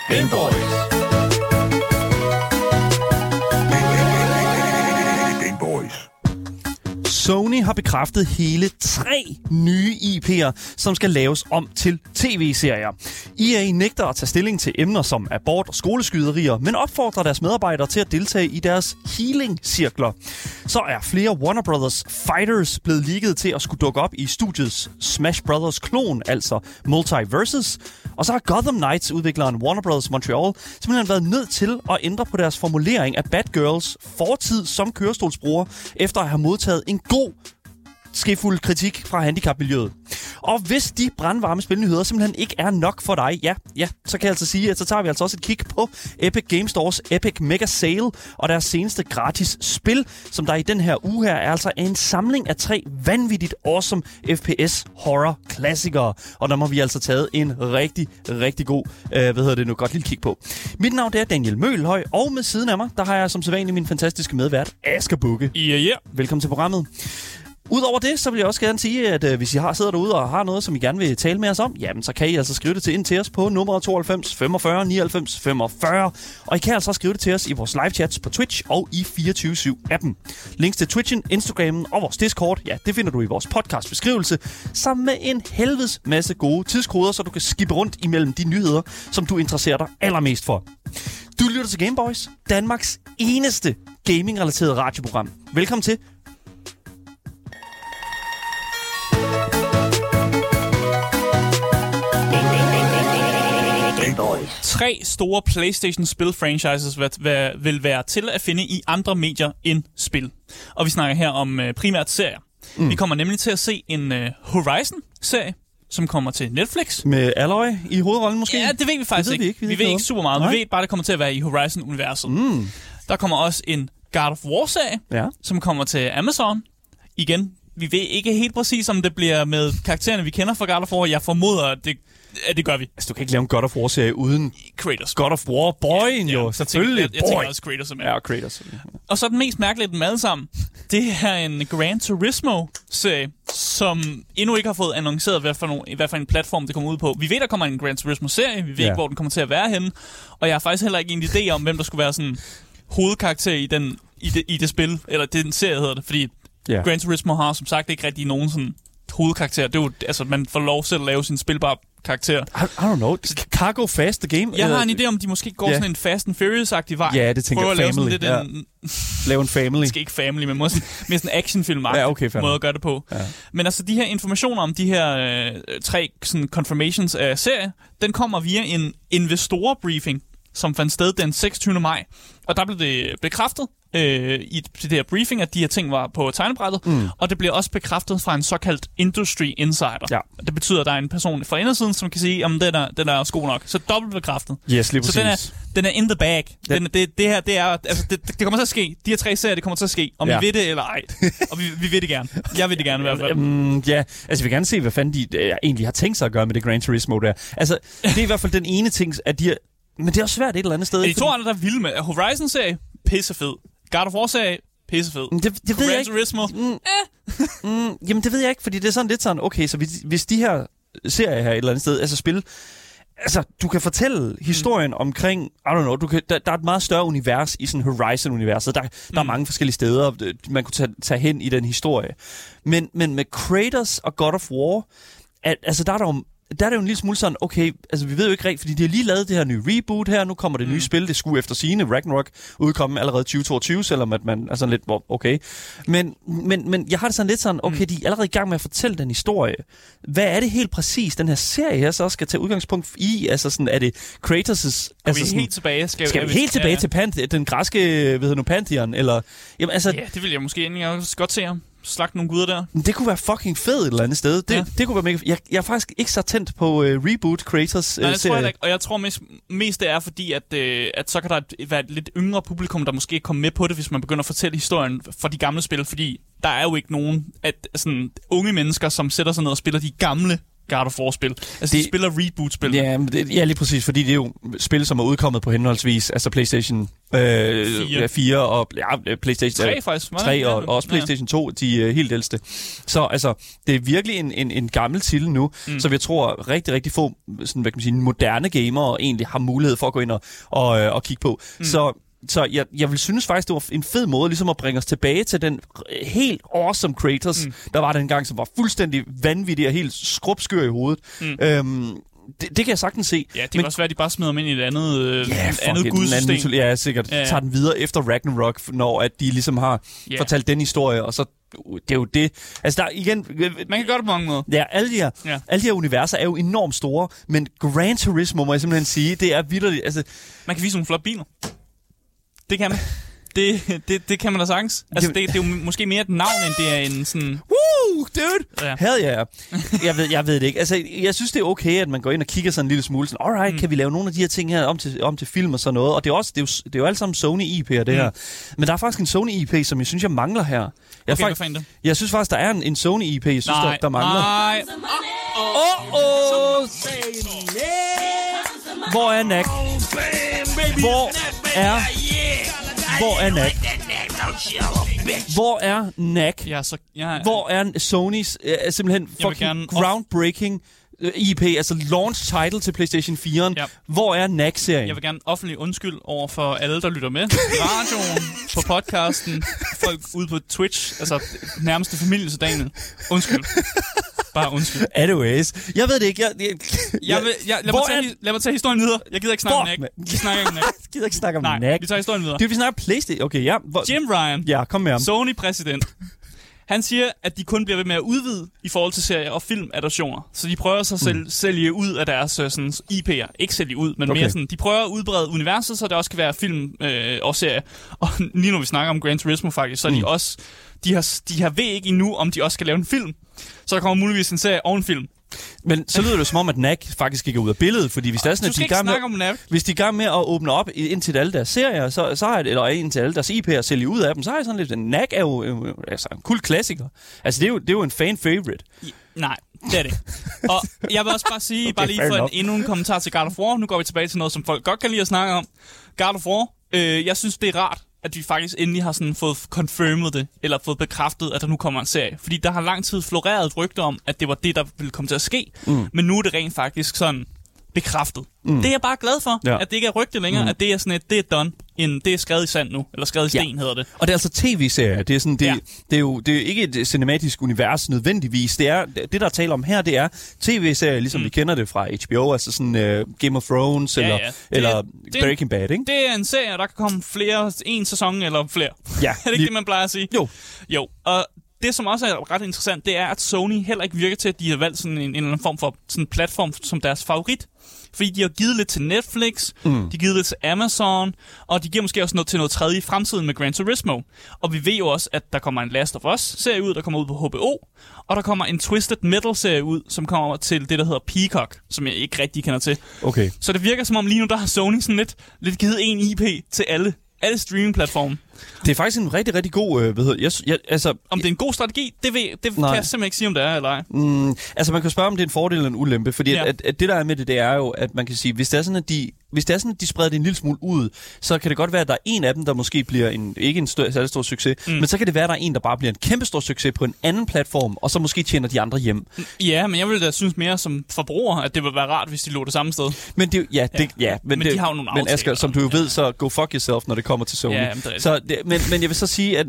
Gameboys. Sony har bekræftet hele 3 nye IP'er, som skal laves om til tv-serier. EA nægter at tage stilling til emner som abort og skoleskyderier, men opfordrer deres medarbejdere til at deltage i deres healing-cirkler. Så er flere Warner Brothers Fighters blevet leaget til at skulle dukke op i studiets Smash Brothers klon, altså Multiverses. Og så har Gotham Knights, udvikleren Warner Brothers Montreal, simpelthen været nødt til at ændre på deres formulering af Batgirls fortid som kørestolsbruger, efter at have modtaget en god skefuld kritik fra handicapmiljøet. Og hvis de brandvarme spilnyheder simpelthen ikke er nok for dig, så kan jeg altså sige, at så tager vi altså også et kig på Epic Games Stores Epic Mega Sale og deres seneste gratis spil, som der i den her uge her er altså en samling af 3 vanvittigt awesome FPS horror klassikere. Og der må vi altså taget en rigtig, rigtig god, godt lille kig på. Mit navn er Daniel Møhlhøj, og med siden af mig, der har jeg som sædvanlig min fantastiske medvært, Asger Bukke. Velkommen til programmet. Udover det, så vil jeg også gerne sige, at hvis I sidder derude og har noget, som I gerne vil tale med os om, jamen så kan I altså skrive det ind til os på nummeret 92 45 99 45. Og I kan altså skrive det til os i vores live chats på Twitch og i 24/7-appen. Links til Twitchen, Instagrammen og vores Discord, det finder du i vores podcastbeskrivelse, sammen med en helvedes masse gode tidskoder, så du kan skippe rundt imellem de nyheder, som du interesserer dig allermest for. Du lytter til Gameboys, Danmarks eneste gaming-relateret radioprogram. Velkommen til. 3 store PlayStation-spil-franchises vil være til at finde i andre medier end spil. Og vi snakker her om primært serier. Vi kommer nemlig til at se en Horizon-serie, som kommer til Netflix. Med Aloy i hovedrollen måske? Ja, det ved vi faktisk ikke. Vi ved ikke super meget. Vi ved bare, at det kommer til at være i Horizon-universet. Der kommer også en God of War-serie, som kommer til Amazon. Igen, vi ved ikke helt præcis, om det bliver med karaktererne, vi kender fra God of War. Jeg formoder, at det gør vi. Altså, du kan ikke lave en God of War-serie uden Kratos. God of War-boyen jo, selvfølgelig. Jeg tænker også Kratos som er. Ja, Kratos. Og så den mest mærkelige af dem alle sammen, det er en Gran Turismo-serie, som endnu ikke har fået annonceret, i hvert fald en platform, det kommer ud på. Vi ved, der kommer en Gran Turismo-serie, vi ved ikke, hvor den kommer til at være henne, og jeg har faktisk heller ikke en idé om, hvem der skulle være sådan hovedkarakter i det spil, eller den serie hedder det, fordi Gran Turismo har som sagt ikke rigtig nogen sådan hovedkarakter. Det er jo, altså, man får lov til at lave sin spilbare karakter. I don't know. Cargo Fast the Game? Jeg har en idé om, de måske går sådan en Fast and Furious-agtig vej. Ja, det tænker jeg. Family. Lave en family. Måske ikke family, men mere sådan en actionfilm-agtig måde at gøre det på. Ja. Men altså, de her informationer om de her 3 sådan confirmations af serie, den kommer via en investor-briefing, som fandt sted den 26. maj. Og der blev det bekræftet i det her briefing, at de her ting var på tegnebrættet, og det bliver også bekræftet fra en såkaldt industry insider. Ja. Det betyder, at der er en person fra indersiden, som kan sige, om den er god nok. Så dobbelt bekræftet. Yes, lige præcis. Så den er in the bag. Det her, det er, altså, det kommer til at ske. De her 3 serier, det kommer til at ske. Om vi ved det eller ej. Og vi ved det gerne. Jeg vil det gerne i hvert fald. Altså vi vil gerne se, hvad fanden de egentlig har tænkt sig at gøre med det Gran Turismo der. Altså, det er i hvert fald den ene ting, at de men det er også svært et eller andet sted. De 2 andre, der er vilde med. Horizon-serie, pissefed. God of War-serie, pissefed. Det ved jeg ikke. Jamen det ved jeg ikke, fordi det er sådan lidt sådan, okay, så hvis de her serier her et eller andet sted, altså spil, altså du kan fortælle historien omkring, I don't know, der er et meget større univers i sådan Horizon-universet. Der er mange forskellige steder, man kunne tage hen i den historie. Men med Kratos og God of War, altså der er det jo en lille smule sådan, okay, altså vi ved jo ikke rigtigt, fordi de har lige lavet det her nye reboot her, nu kommer det nye spil, det skulle efter sigende Ragnarok udkomme allerede 2022, selvom at man er sådan lidt, okay. Men jeg har det sådan lidt sådan, okay, de er allerede i gang med at fortælle den historie. Hvad er det helt præcis, den her serie her så skal tage udgangspunkt i? Altså sådan, er det Kratos' Altså vi helt tilbage? Skal vi helt tilbage til den græske, Pantheon, eller... Jamen, altså, ja, det vil jeg måske egentlig også godt se om. Slagt nogle guder der. Det kunne være fucking fedt et eller andet sted. Det kunne være mega. Jeg er faktisk ikke så tændt på reboot Kratos. Nej, jeg tror ikke. Og jeg tror mest det er fordi, at så kan der være et lidt yngre publikum, der måske kommer med på det, hvis man begynder at fortælle historien fra de gamle spil. Fordi der er jo ikke nogen sådan unge mennesker, som sætter sig ned og spiller de gamle God of War-spil. Altså, de spiller reboot-spil. Ja, lige præcis, fordi det er jo spil, som er udkommet på henholdsvis, altså PlayStation 4 og PlayStation 3 faktisk. 3 og også PlayStation 2, de helt ældste. Så altså, det er virkelig en gammel titel nu, så jeg tror rigtig, rigtig få sådan, hvad kan man sige, moderne gamere egentlig har mulighed for at gå ind og kigge på. Så jeg vil synes faktisk, det var en fed måde ligesom at bringe os tilbage til den helt awesome Kratos, der var dengang, som var fuldstændig vanvittig og helt skrubskør i hovedet. Det kan jeg sagtens se. Ja, det kan også være, at de bare smider dem ind i et andet gudsystem. Ja, sikkert. Ja. Tager den videre efter Ragnarok, når at de ligesom har fortalt den historie, og så det er jo det. Altså der igen... Man kan gøre det på mange måder. Ja, alle de her universer er jo enormt store, men Gran Turismo, må jeg simpelthen sige, det er vitterligt. Altså, man kan vise nogle flotte biler. Det kan man. Det kan man da sagtens. Altså, det er jo måske mere et navn, end det er en sådan... Woo, dude! Ja. Hell yeah. Jeg ved det ikke. Altså, jeg synes, det er okay, at man går ind og kigger sådan en lille smule. Sådan, alright, kan vi lave nogle af de her ting her om til film og sådan noget? Og det er jo alt sammen Sony IP'er, det her. Men der er faktisk en Sony IP, som jeg synes, jeg mangler her. Jeg synes faktisk, der er en Sony IP, jeg synes, der mangler. Nej. Hvor er Knack? Hvor er Knack? Hvor er Knack? Hvor er Sonys simpelthen fucking groundbreaking IP, altså launch title til PlayStation 4'eren? Ja. Hvor er Knack-serien? Jeg vil gerne offentlig undskyld over for alle, der lytter med. Radioen, på podcasten, folk ude på Twitch, altså nærmeste familie til dagen. Undskyld. Bare undskyld. Anyways, jeg ved det ikke. Lad mig tage historien videre. Jeg gider ikke snakke om Knack. Vi snakker ikke om Knack. Jeg gider ikke snakke om Knack. Nej, vi tager historien videre. Vi snakker PlayStation. Okay, ja. Jim Ryan. Ja, kom med ham. Sony-præsident. Han siger, at de kun bliver ved med at udvide i forhold til serier og filmadaptationer. Så de prøver så at sælge ud af deres sådan, IP'er. Ikke sælge ud, men mere sådan, de prøver at udbrede universet, så det også kan være film og serier. Og lige når vi snakker om Gran Turismo faktisk, så er de også... De har ved ikke endnu, om de også skal lave en film. Så der kommer muligvis en serie og en film. Men så lyder det som om, at Knack faktisk ikke er ud af billedet, fordi hvis, hvis de er i gang med at åbne op indtil alle deres serier, så har eller indtil alle deres IP'er sælge ud af dem, så har jeg sådan lidt, at Knack er jo altså, en kult klassiker. Altså, det er jo en fan-favorite. Nej, det er det. Og jeg vil også bare sige, bare lige for endnu en kommentar til God of War. Nu går vi tilbage til noget, som folk godt kan lide at snakke om. God of War, jeg synes, det er rart, at vi faktisk endelig har sådan fået confirmed det, eller fået bekræftet, at der nu kommer en serie. Fordi der har lang tid floreret et rygte om, at det var det, der ville komme til at ske. Men nu er det rent faktisk sådan bekræftet. Det er jeg bare glad for, at det ikke er rygte længere, at det er sådan et, det er done. Det er skrevet i sand nu, eller skrevet i sten hedder det. Og det er altså tv-serier. Det er sådan, det er ikke et cinematisk univers nødvendigvis. Det der er tale om her, det er tv-serier, ligesom vi kender det fra HBO, altså sådan Game of Thrones eller Breaking Bad, ikke? Det er en serie, der kan komme en sæson eller flere. Ja, er det ikke det, man plejer at sige? Jo. Og det, som også er ret interessant, det er, at Sony heller ikke virker til, at de har valgt sådan en eller anden form for sådan en platform som deres favorit. Fordi de har givet lidt til Netflix, de har givet lidt til Amazon, og de giver måske også noget til noget tredje i fremtiden med Gran Turismo. Og vi ved jo også, at der kommer en Last of Us-serie ud, der kommer ud på HBO, og der kommer en Twisted Metal-serie ud, som kommer til det, der hedder Peacock, som jeg ikke rigtig kender til. Okay. Så det virker som om lige nu, der har Sony sådan lidt givet en IP til alle streaming-platforme. Det er faktisk en rigtig, rigtig god... om det er en god strategi, det kan jeg simpelthen ikke sige, om det er eller ej. Altså, man kan spørge, om det er en fordel eller en ulempe, fordi at det, der er med det er jo, at man kan sige, hvis det er sådan, at de spreder det en lille smule ud, så kan det godt være, at der er en af dem, der måske bliver ikke en særlig stor succes, men så kan det være, at der er en, der bare bliver en kæmpe stor succes på en anden platform, og så måske tjener de andre hjem. Ja, men jeg ville da synes mere som forbruger, at det ville være rart, hvis de lå det samme sted. Men det, men de har jo nogle aftaler. Men Asger, som du jo ved, så go fuck yourself, når det kommer til Sony. Ja, men jeg vil så sige,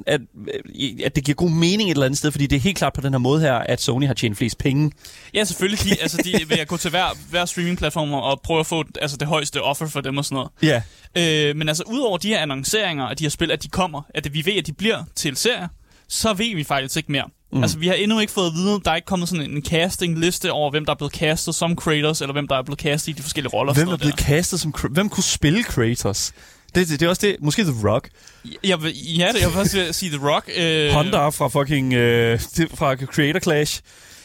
at det giver god mening et eller andet sted, fordi det er helt klart på den her måde her, at Sony har tjent flest penge. Ja, selvfølgelig. De vil gå til hver streamingplatform og prøve at få det højeste offer for dem og sådan noget. Ja. Men altså, udover de her annonceringer af de her spil, at de kommer, at vi ved, at de bliver til serier, så ved vi faktisk ikke mere. Altså, vi har endnu ikke fået at vide, der er ikke kommet sådan en casting-liste over, hvem der er blevet castet som Kratos, eller hvem der er blevet castet i de forskellige roller. Hvem er blevet castet som Hvem kunne spille Kratos? Det er også det. Måske The Rock. Jeg vil faktisk sige The Rock. Honda fra fucking fra Creator Clash.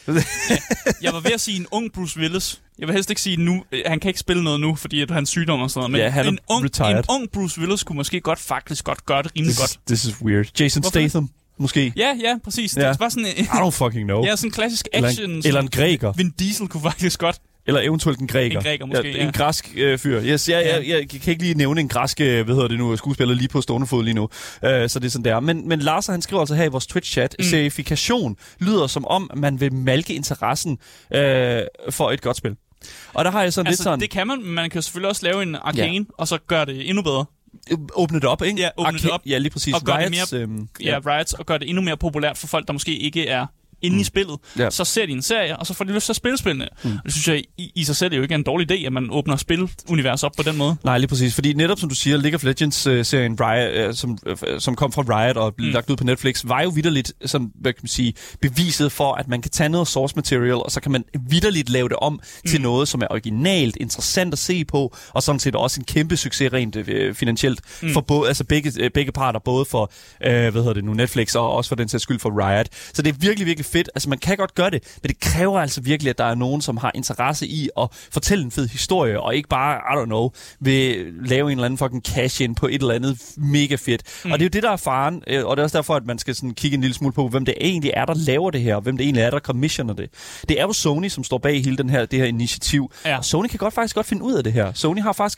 Jeg var ved at sige en ung Bruce Willis. Jeg vil helst ikke sige nu. Han kan ikke spille noget nu, fordi at han sygdom og sådan noget. Men en ung Bruce Willis kunne måske faktisk godt gøre det rimelig godt. This is weird. Jason Statham. måske. Ja, præcis. Det er bare sådan... I don't fucking know. Ja, sådan en klassisk action. Eller en græker. Vin Diesel kunne faktisk godt. Eller eventuelt en græker. En græker måske, En græsk fyr. Yes, jeg kan ikke lige nævne en græsk, skuespiller lige på stående fod lige nu. Så det er sådan der. Men Lars, han skriver altså her i vores Twitch-chat, serifikation lyder som om, man vil malke interessen for et godt spil. Og der har jeg sådan lidt sådan... det kan man, men man kan selvfølgelig også lave en arcane, og så gøre det endnu bedre. Åbne det op, ikke? Ja, åbne det op. Ja, lige præcis. Og gøre det mere, Riots, og gøre det endnu mere populært for folk, der måske ikke er inde i spillet, så ser de en serie, og så får de lyst til at spille spillene. Det synes jeg i sig selv jo ikke er en dårlig idé, at man åbner spilunivers op på den måde. Nej, lige præcis. Fordi netop som du siger, League of Legends-serien Riot, som kom fra Riot og blev lagt ud på Netflix, var jo vitterligt sådan, hvad kan man sige, beviset for, at man kan tage noget source material, og så kan man vitterligt lave det om til noget, som er originalt, interessant at se på, og sådan set også en kæmpe succes rent finansielt for begge parter, både for Netflix og også for den sags skyld for Riot. Så det er virkelig, virkelig fedt. Altså, man kan godt gøre det, men det kræver altså virkelig, at der er nogen, som har interesse i at fortælle en fed historie, og ikke bare, I don't know, vil lave en eller anden fucking cash-in på et eller andet mega fedt. Og det er jo det, der er faren, og det er også derfor, at man skal sådan kigge en lille smule på, hvem det egentlig er, der laver det her, og hvem det egentlig er, der commissioner det. Det er jo Sony, som står bag hele det her initiativ. Ja. Og Sony kan faktisk godt finde ud af det her. Sony har faktisk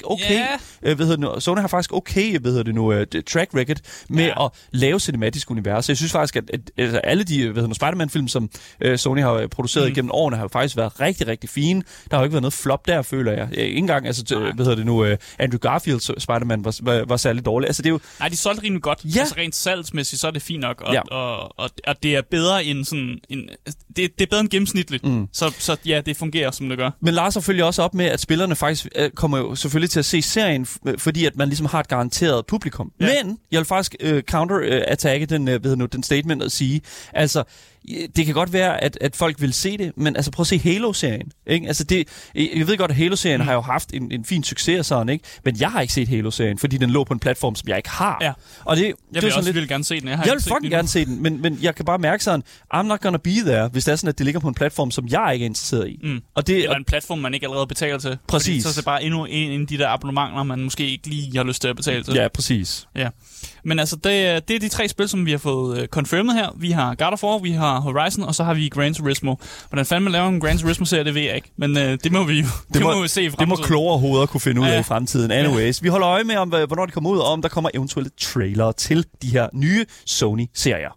track record med at lave cinematisk univers. Jeg synes faktisk, at alle de Spider-Man-film, som Sony har produceret igennem årene, har jo faktisk været rigtig, rigtig fine. Der har jo ikke været noget flop der, føler jeg. Ikke engang, Andrew Garfield's Spider-Man var særlig dårlig. Altså, det er jo... Nej, de solgte rimelig godt. Ja. Altså rent salgsmæssigt, så er det fint nok. Og det er bedre end sådan... Det er bedre end gennemsnitligt. Så ja, det fungerer, som det gør. Men Lars følger også op med, at spillerne faktisk kommer jo selvfølgelig til at se serien, fordi at man ligesom har et garanteret publikum. Ja. Men jeg vil faktisk counter-attacke den statement og sige, altså, det kan godt være, at folk vil se det, men altså prøv at se Halo-serien. Ikke? Altså jeg ved godt, at Halo-serien har jo haft en fin succes og sådan, ikke? Men jeg har ikke set Halo-serien, fordi den lå på en platform, som jeg ikke har. Ja. Og jeg vil også vildt gerne se den. Jeg vil fucking gerne se den, men jeg kan bare mærke sådan, I'm not gonna be there, hvis det er sådan, at det ligger på en platform, som jeg ikke er interesseret i. Eller en platform, man ikke allerede betaler til. Præcis. Så er det bare endnu en af de der abonnementer, man måske ikke lige har lyst til at betale til. Ja, præcis. Ja. Men altså, det er de 3 spil, som vi har fået confirmed her. Vi har God of War, vi har Horizon, og så har vi Gran Turismo. Hvordan fanden man laver en Gran Turismo-serie, det ved jeg ikke. Men det må vi jo se i fremtiden. Det må klogere hoveder kunne finde ud af i fremtiden. Anyways, vi holder øje med, om hvornår de kommer ud, og om der kommer eventuelle trailere til de her nye Sony-serier.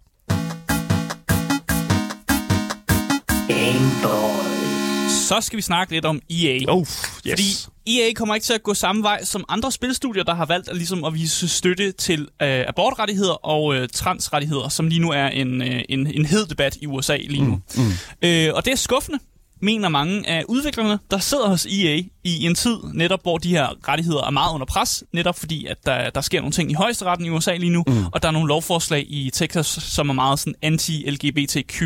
Så skal vi snakke lidt om EA. Fordi EA kommer ikke til at gå samme vej som andre spilstudier, der har valgt at vise støtte til abortrettigheder og transrettigheder, som lige nu er en hed debat i USA lige nu. Og det er skuffende, mener mange af udviklerne, der sidder hos EA i en tid, netop hvor de her rettigheder er meget under pres, netop fordi, at der sker nogle ting i højesteretten i USA lige nu, og der er nogle lovforslag i Texas, som er meget sådan anti-LGBTQ.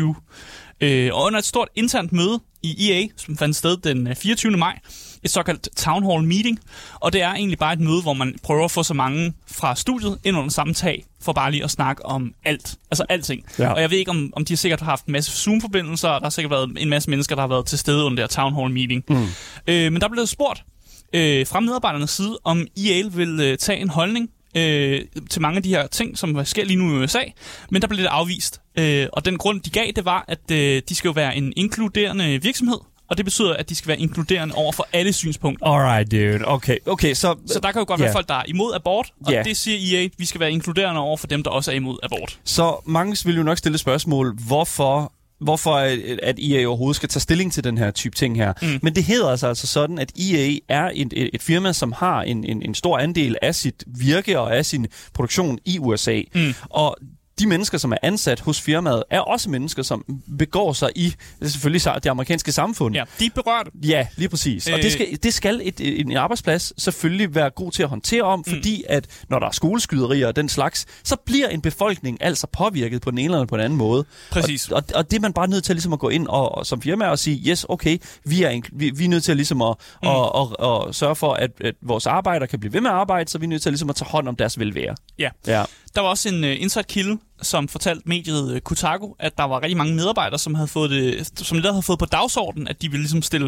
Og under et stort internt møde i EA, som fandt sted den 24. maj, et såkaldt Town Hall Meeting, og det er egentlig bare et møde, hvor man prøver at få så mange fra studiet ind under samme tag, for bare lige at snakke om alt. Altså alting. Ja. Og jeg ved ikke, om de har sikkert haft en masse Zoom-forbindelser, og der har sikkert været en masse mennesker, der har været til stede under der Town Hall Meeting. Men der blev spurgt fra medarbejdernes side, om EA vil tage en holdning til mange af de her ting, som sker lige nu i USA, men der blev det afvist. Og den grund, de gav, det var, at de skal jo være en inkluderende virksomhed, og det betyder, at de skal være inkluderende over for alle synspunkter. Alright, dude. Okay, så der kan jo godt være folk, der er imod abort, og det siger EA, vi skal være inkluderende over for dem, der også er imod abort. Så mange vil jo nok stille spørgsmål, hvorfor at EA overhovedet skal tage stilling til den her type ting her. Men det hedder altså sådan, at EA er et firma, som har en stor andel af sit virke og af sin produktion i USA. Og de mennesker, som er ansat hos firmaet, er også mennesker, som begår sig i selvfølgelig det amerikanske samfund. Ja, de er berørt. Ja, lige præcis. Og det skal en arbejdsplads selvfølgelig være god til at håndtere om, fordi at når der er skoleskyderier og den slags, så bliver en befolkning altså påvirket på den ene eller på den anden måde. Præcis. Og det er man bare nødt til ligesom at gå ind og som firma og sige, yes, okay, vi er nødt til ligesom at sørge for, at vores arbejdere kan blive ved med at arbejde, så vi er nødt til ligesom at tage hånd om deres velvære. Ja. Der var også en inside-kilde, som fortalte mediet Kotaku, at der var rigtig mange medarbejdere, som havde fået på dagsordenen, at de ville ligesom stille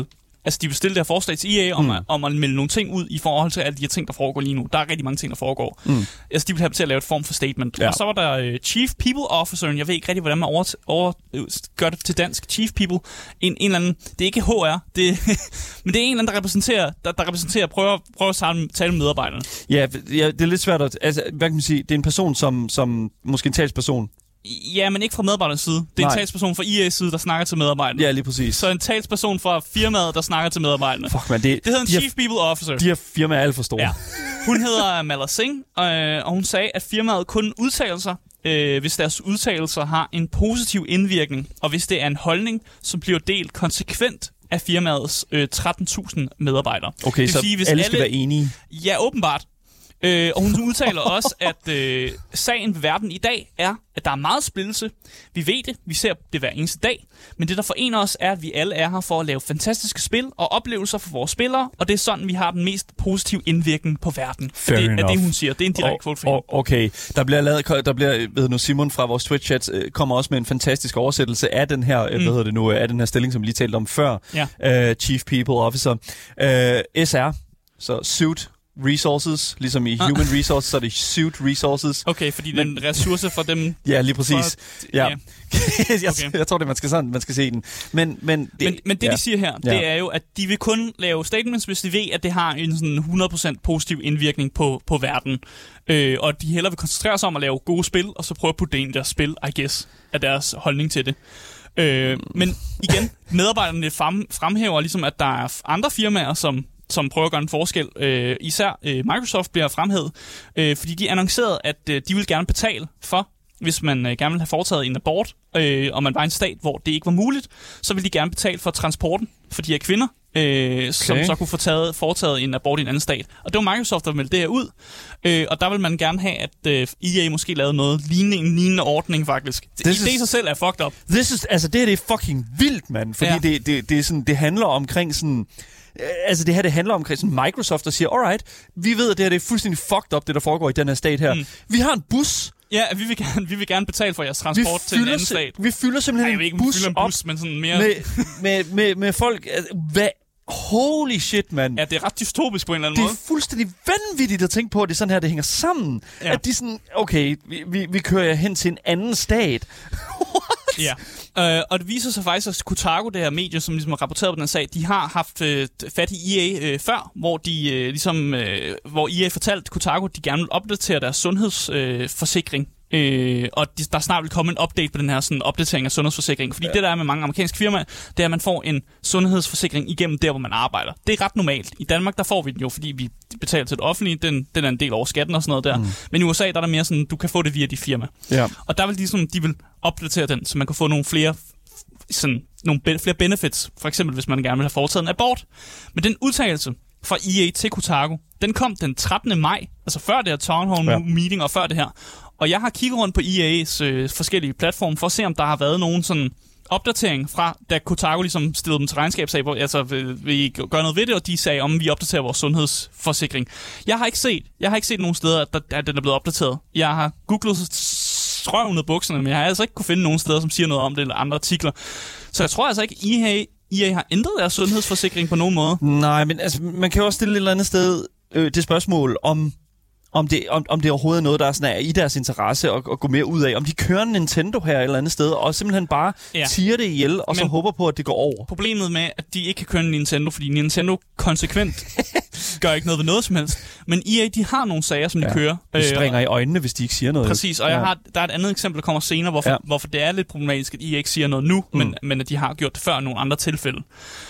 Altså, de vil stille det her forslag til EA om at melde nogle ting ud i forhold til alle de her ting, der foregår lige nu. Der er rigtig mange ting, der foregår. Altså, de vil have dem til at lave et form for statement. Ja. Og så var der Chief People Officer. Jeg ved ikke rigtig, hvordan man gør det til dansk. Chief People. En eller anden... Det er ikke HR. Men det er en eller anden, der repræsenterer prøver at tale med medarbejderne. Ja, det er lidt svært at... Altså, hvad kan man sige? Det er en person, som måske en talsperson. Ja, men ikke fra medarbejdernes side. Det er en talsperson fra EA's side, der snakker til medarbejderne. Ja, lige præcis. Så en talsperson fra firmaet, der snakker til medarbejderne. Fuck, man, det hedder en Chief People Officer. De her firmaer er alt for store. Ja. Hun hedder Mala Singh, og hun sagde, at firmaet kun udtaler sig, hvis deres udtalelser har en positiv indvirkning, og hvis det er en holdning, som bliver delt konsekvent af firmaets 13.000 medarbejdere. Okay, det så sige, hvis alle skal være enige? Ja, åbenbart. Og hun udtaler også, at sagen ved verden i dag er, at der er meget splittelse. Vi ved det, vi ser det hver eneste dag. Men det, der forener os, er, at vi alle er her for at lave fantastiske spil og oplevelser for vores spillere. Og det er sådan, vi har den mest positive indvirkning på verden. Det er det, hun siger. Det er en direkte quote for hende. Okay, der bliver Simon fra vores Twitch-chat kommer også med en fantastisk oversættelse af den her, af den her stilling, som vi lige talte om før. Ja. Chief People Officer. SR, så Suit Resources, ligesom i Human Resources, så er det Suit Resources. Okay, fordi den ressource for dem... Ja, lige præcis. Jeg tror, man skal se den. Men det, de siger her, det er jo, at de vil kun lave statements, hvis de ved, at det har en sådan 100% positiv indvirkning på verden. Og de hellere vil koncentrere sig om at lave gode spil, og så prøve at putte det ind i deres spil, I guess, af deres holdning til det. Men igen, medarbejderne fremhæver ligesom, at der er andre firmaer, som prøver at gøre en forskel. Især Microsoft bliver fremhævet, fordi de annoncerede, at de vil gerne betale for, hvis man gerne vil have foretaget en abort, og man var i en stat, hvor det ikke var muligt, så vil de gerne betale for transporten for de her kvinder, som så kunne få foretaget en abort i en anden stat. Og det var Microsoft, der meldte det her ud, og der vil man gerne have, at EA måske lavede noget en lignende ordning, faktisk. Det i sig selv er fucked up. Det er fucking vildt, mand, fordi det er sådan, det handler omkring sådan... Altså det handler om Microsoft, der siger, alright, vi ved, at det her det er fuldstændig fucked up, det der foregår i den her stat her. Vi har en bus. Ja, vi vil gerne betale for jeres transport til en anden stat. Vi fylder simpelthen en bus op men sådan mere... med folk. Hvad? Holy shit, mand. Ja, det er ret dystopisk på en eller anden måde. Det er fuldstændig vanvittigt at tænke på, at det er sådan her, det hænger sammen. Ja. At de sådan, okay, vi kører jer hen til en anden stat. Ja, og det viser sig faktisk, at Kotaku, det her medie, som ligesom har rapporteret på den sag, de har haft fat i EA før, hvor EA fortalte Kotaku, at de gerne vil opdatere deres sundhedsforsikring. Og der snart vil komme en update på den her sådan opdatering af sundhedsforsikring. Fordi det der er med mange amerikanske firmaer, det er, at man får en sundhedsforsikring igennem der, hvor man arbejder. Det er ret normalt. I Danmark, der får vi den jo, fordi vi betaler til det offentlige. Den er en del over skatten og sådan noget der. Men i USA, der er der mere sådan, du kan få det via de firma. Ja. Og der vil de vil opdatere den, så man kan få nogle flere benefits. For eksempel, hvis man gerne vil have foretaget en abort. Men den udtalelse fra EA til Kotaku, den kom den 13. maj, altså før det her Town Hall meeting og før det her. Og jeg har kigget rundt på EA's forskellige platforme for at se, om der har været nogen sådan opdatering fra, da Kotaku ligesom stillede dem til regnskabssag, hvor altså vil I gøre noget ved det, og de sagde, om vi opdaterer vores sundhedsforsikring. Jeg har ikke set nogen steder, at den er blevet opdateret. Jeg har googlet røven ud af bukserne, men jeg har altså ikke kunne finde nogen steder, som siger noget om det, eller andre artikler. Så jeg tror altså ikke, EA har ændret deres sundhedsforsikring på nogen måde. Nej, men altså, man kan jo også stille et eller andet sted det spørgsmål om det overhovedet er noget, der er sådan i deres interesse at gå mere ud af. Om de kører en Nintendo her et eller andet sted, og simpelthen bare tiger det ihjel, og så håber på, at det går over. Problemet med, at de ikke kan køre en Nintendo, fordi Nintendo konsekvent gør ikke noget ved noget som helst. Men EA, de har nogle sager, som de kører. De springer i øjnene, hvis de ikke siger noget. Præcis, og der er et andet eksempel, der kommer senere, hvorfor det er lidt problematisk, at EA ikke siger noget nu, men at de har gjort det før i nogle andre tilfælde.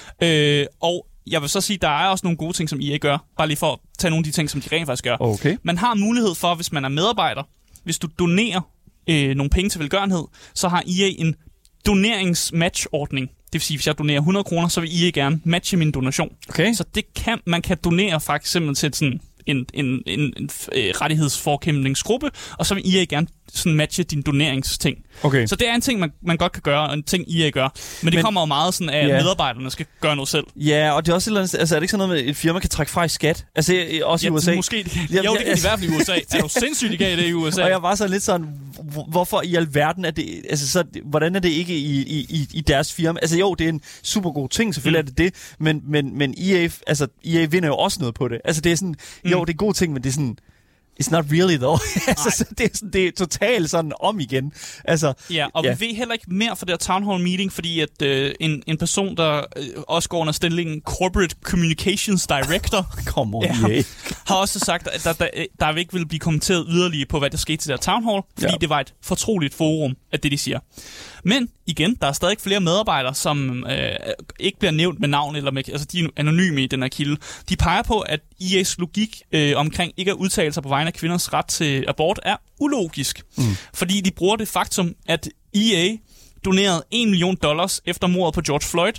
Og jeg vil så sige, at der er også nogle gode ting, som EA gør. Bare lige for at tage nogle af de ting, som de rent faktisk gør. Okay. Man har mulighed for, hvis man er medarbejder, hvis du donerer nogle penge til velgørenhed, så har EA en doneringsmatch-ordning. Det vil sige, hvis jeg donerer 100 kroner, så vil EA gerne matche min donation. Okay. Så man kan donere faktisk simpelthen til sådan en rettighedsforkæmpningsgruppe, og så vil EA gerne sådan matche din doneringsting. Okay. Så det er en ting, man godt kan gøre, og en ting, EA gør. Men det kommer jo meget sådan af, at medarbejderne skal gøre noget selv. Ja, og det er også et eller andet, altså er det ikke sådan noget med, et firma kan trække fra i skat? Altså også i USA? Måske. Jo, det kan de i hvert fald i USA. Er du sindssygt, de gav det i USA? Og jeg var så lidt sådan, hvorfor i alverden er det, altså så, hvordan er det ikke i deres firma? Altså jo, det er en super god ting, selvfølgelig er det, men EA vinder jo også noget på det. Altså det er sådan, jo, det er en god ting, men det er sådan, it's not really though. Altså, det er totalt sådan om igen. Altså, ja, og vi ved heller ikke mere fra det her Town Hall Meeting, fordi at en person, der også går under stillingen Corporate Communications Director, har også sagt, at der ikke vil blive kommenteret yderligere på, hvad der skete til det her Town Hall, fordi det var et fortroligt forum, at det de siger. Men igen, der er stadig flere medarbejdere, som ikke bliver nævnt med navn, eller med, altså de er anonyme i den her kilde. De peger på, at EA's logik omkring ikke at udtale sig på vegne af kvinders ret til abort er ulogisk. Fordi de bruger det faktum, at EA donerede $1 million efter mordet på George Floyd.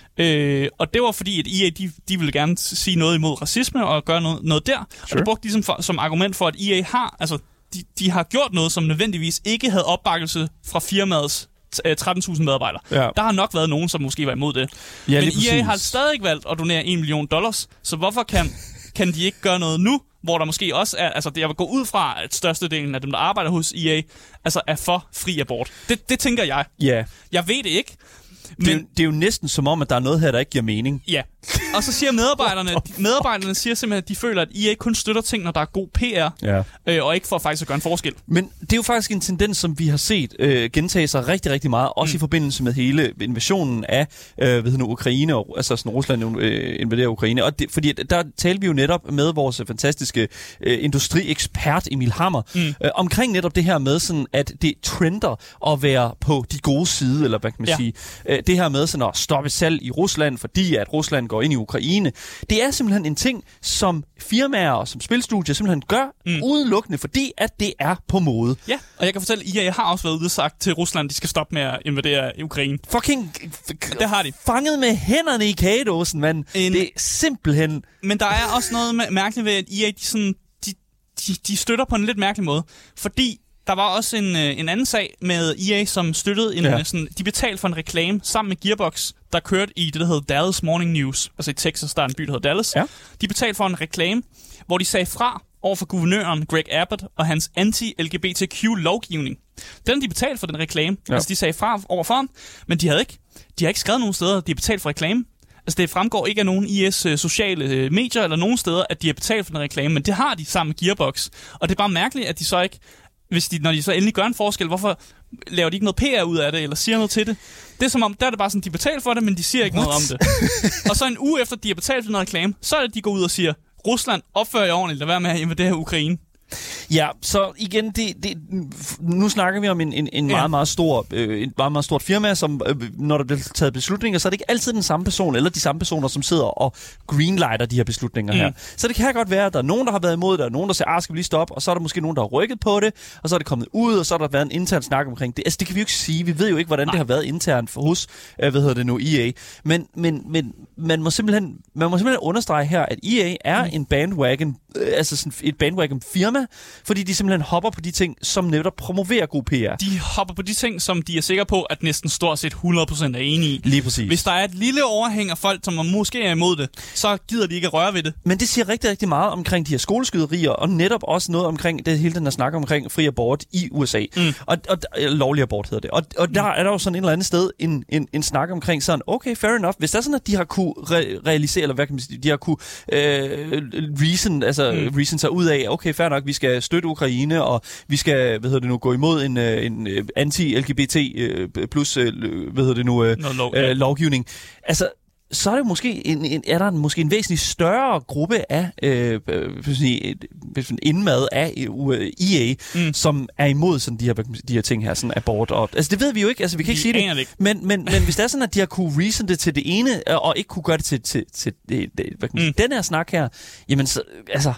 Og det var fordi, at EA de ville gerne sige noget imod racisme og gøre noget der. Sure. Og det brugte de som argument for, at EA har, altså de har gjort noget, som nødvendigvis ikke havde opbakkelse fra firmaets 13.000 medarbejdere. Ja. Der har nok været nogen, som måske var imod det. Ja, men EA har stadig valgt at donere $1 million, så hvorfor kan de ikke gøre noget nu, hvor der måske også er, altså jeg vil gå ud fra, at størstedelen af dem, der arbejder hos EA, altså er for fri abort. Det tænker jeg. Ja. Jeg ved det ikke. Men det er jo næsten som om, at der er noget her, der ikke giver mening. Ja, og så siger medarbejderne siger simpelthen, at de føler, at EA kun støtter ting, når der er god PR, og ikke for faktisk at gøre en forskel. Men det er jo faktisk en tendens, som vi har set gentage sig rigtig, rigtig meget, også i forbindelse med hele invasionen af Ukraine, og altså sådan Rusland invaderer Ukraine. Og fordi der talte vi jo netop med vores fantastiske industriekspert Emil Hammer omkring netop det her med, sådan, at det trender at være på de gode side, eller hvad kan man sige. Det her med sådan at stoppe salg i Rusland, fordi at Rusland går ind i Ukraine. Det er simpelthen en ting, som firmaer og som spilstudier simpelthen gør udelukkende, fordi at det er på mode. Ja, og jeg kan fortælle, at EA har også været ude og sagt til Rusland, at de skal stoppe med at invadere Ukraine. Fucking det har de. Fanget med hænderne i kagedåsen, mand. Det er simpelthen... Men der er også noget mærkeligt ved, at EA de støtter på en lidt mærkelig måde, fordi der var også en anden sag med EA, som støttede de betalte for en reklame sammen med Gearbox, der kørte i det, der hedder Dallas Morning News. Altså i Texas, der er en by, der hedder Dallas. Ja. De betalte for en reklame, hvor de sagde fra over for guvernøren Greg Abbott og hans anti-LGBTQ-lovgivning. Den de betalte for den reklame. Ja. Altså de sagde fra over for ham, men de har ikke skrevet nogen steder, de har betalt for reklame. Altså det fremgår ikke af nogen IS sociale medier eller nogen steder, at de har betalt for den reklame, men det har de sammen med Gearbox. Og det er bare mærkeligt, at de så ikke, når de så endelig gør en forskel, hvorfor laver de ikke noget PR ud af det, eller siger noget til det? Det er som om, der er det bare sådan, de betaler for det, men de siger ikke noget om det. Og så en uge efter, de har betalt for den reklame, så er det, de går ud og siger, Rusland, opfører jer ordentligt, lad være med at invadere Ukraine. Ja, så igen, nu snakker vi om en meget, meget stort firma, som når der bliver taget beslutninger, så er det ikke altid den samme person, eller de samme personer, som sidder og greenlighter de her beslutninger her. Så det kan godt være, at der er nogen, der har været imod det, og nogen, der siger, skal vi lige stoppe, og så er der måske nogen, der har rykket på det, og så er det kommet ud, og så har der været en intern snak omkring det. Altså, det kan vi jo ikke sige. Vi ved jo ikke, hvordan det har været internt hos, EA. Men man må simpelthen understrege her, at EA er en bandwagon, altså sådan et bandwagon firma, fordi de simpelthen hopper på de ting, som netop promoverer god PR. De hopper på de ting, som de er sikre på, at næsten stort set 100% er enige i. Lige præcis. Hvis der er et lille overhæng af folk, som måske er imod det, så gider de ikke at røre ved det. Men det siger rigtig, rigtig meget omkring de her skoleskyderier, og netop også noget omkring det hele den her snak omkring fri abort i USA. Og lovlig abort hedder det. Og der er der jo sådan et eller andet sted en snak omkring sådan, okay, fair enough. Hvis der er sådan, at de har kunne realisere, eller hvad kan man sige, de har kunne reason sig ud af, okay, fair nok, vi skal støtte Ukraine, og vi skal, gå imod en anti-LGBT plus, lovgivning. Altså, så er det måske en væsentlig større gruppe af indmad af EA, som er imod sådan de her ting her, sådan abort. Og, altså det ved vi jo ikke, altså vi kan ikke sige det. Ikke. Men hvis det er sådan, at de har kunne reason det til det ene, og ikke kunne gøre det til den her snak her, jamen så, altså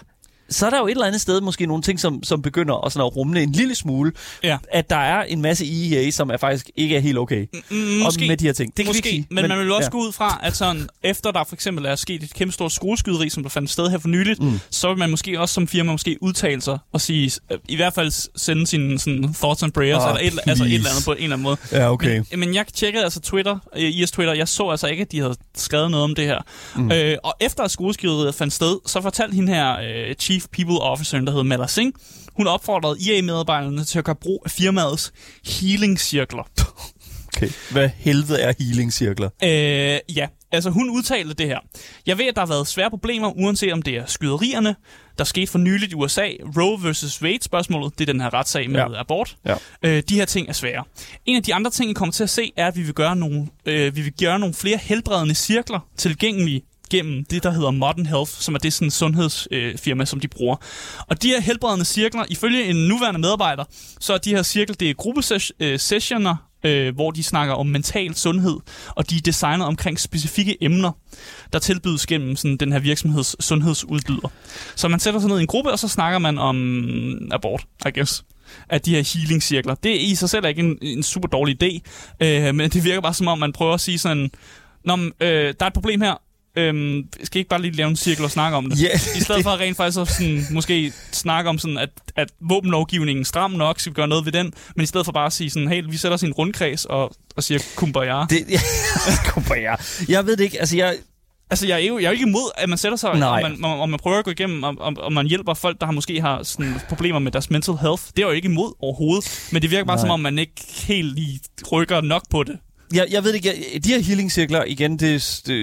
så er der jo et eller andet sted måske nogle ting, som begynder at, sådan at rumle en lille smule, at der er en masse i EA, som er faktisk ikke er helt okay måske, med de her ting. Det kan måske, vi ikke sige, men man vil også gå ud fra, at sådan, efter der for eksempel er sket et kæmpe stort skoleskyderi, som der fandt sted her for nyligt, så vil man måske også som firma udtale sig og sige, i hvert fald sende sine sådan, thoughts and prayers, eller et eller andet på en eller anden måde. Ja, okay. Men jeg tjekkede altså Twitter, jeg så altså ikke, at de havde skrevet noget om det her. Og efter at skoleskyderiet fandt sted, så fortalte hende her Chief People Officer, der hedder Mala Singh, hun opfordrede EA-medarbejderne til at gøre brug af firmaets healing-cirkler. Okay. Hvad helvede er healing-cirkler? Ja, altså hun udtalte det her. Jeg ved, at der har været svære problemer, uanset om det er skyderierne, der skete for nyligt i USA, Roe vs. Wade-spørgsmålet, det er den her retssag med abort. Ja. De her ting er svære. En af de andre ting, I kommer til at se, er, at vi vil gøre nogle flere helbredende cirkler tilgængelige gennem det, der hedder Modern Health, som er det sådan sundhedsfirma, som de bruger. Og de her helbredende cirkler, ifølge en nuværende medarbejder, så er de her cirkler, det er gruppesessioner, hvor de snakker om mental sundhed, og de er designet omkring specifikke emner, der tilbydes gennem sådan, den her virksomheds sundhedsudbyder. Så man sætter sig ned i en gruppe, og så snakker man om abort, I guess, af de her healing-cirkler. Det er i sig selv ikke en super dårlig idé, men det virker bare som om, man prøver at sige sådan, der er et problem her, skal ikke bare lige lave en cirkel og snakke om det? Yeah. I stedet for at rent faktisk sådan, måske snakke om sådan, at våbenlovgivningen er stram nok, skal vi gøre noget ved den, men i stedet for bare at sige sådan, hey, vi sætter os i en rundkreds og siger kumbaya. Kumbaya. Jeg ved det ikke, altså jeg er jo ikke imod, at man sætter sig, og man prøver at gå igennem, og man hjælper folk, der måske har sådan problemer med deres mental health. Det er jo ikke imod overhovedet, men det virker bare som om, man ikke helt lige rykker nok på det. Jeg ved ikke, de her healing-cirkler, igen, jeg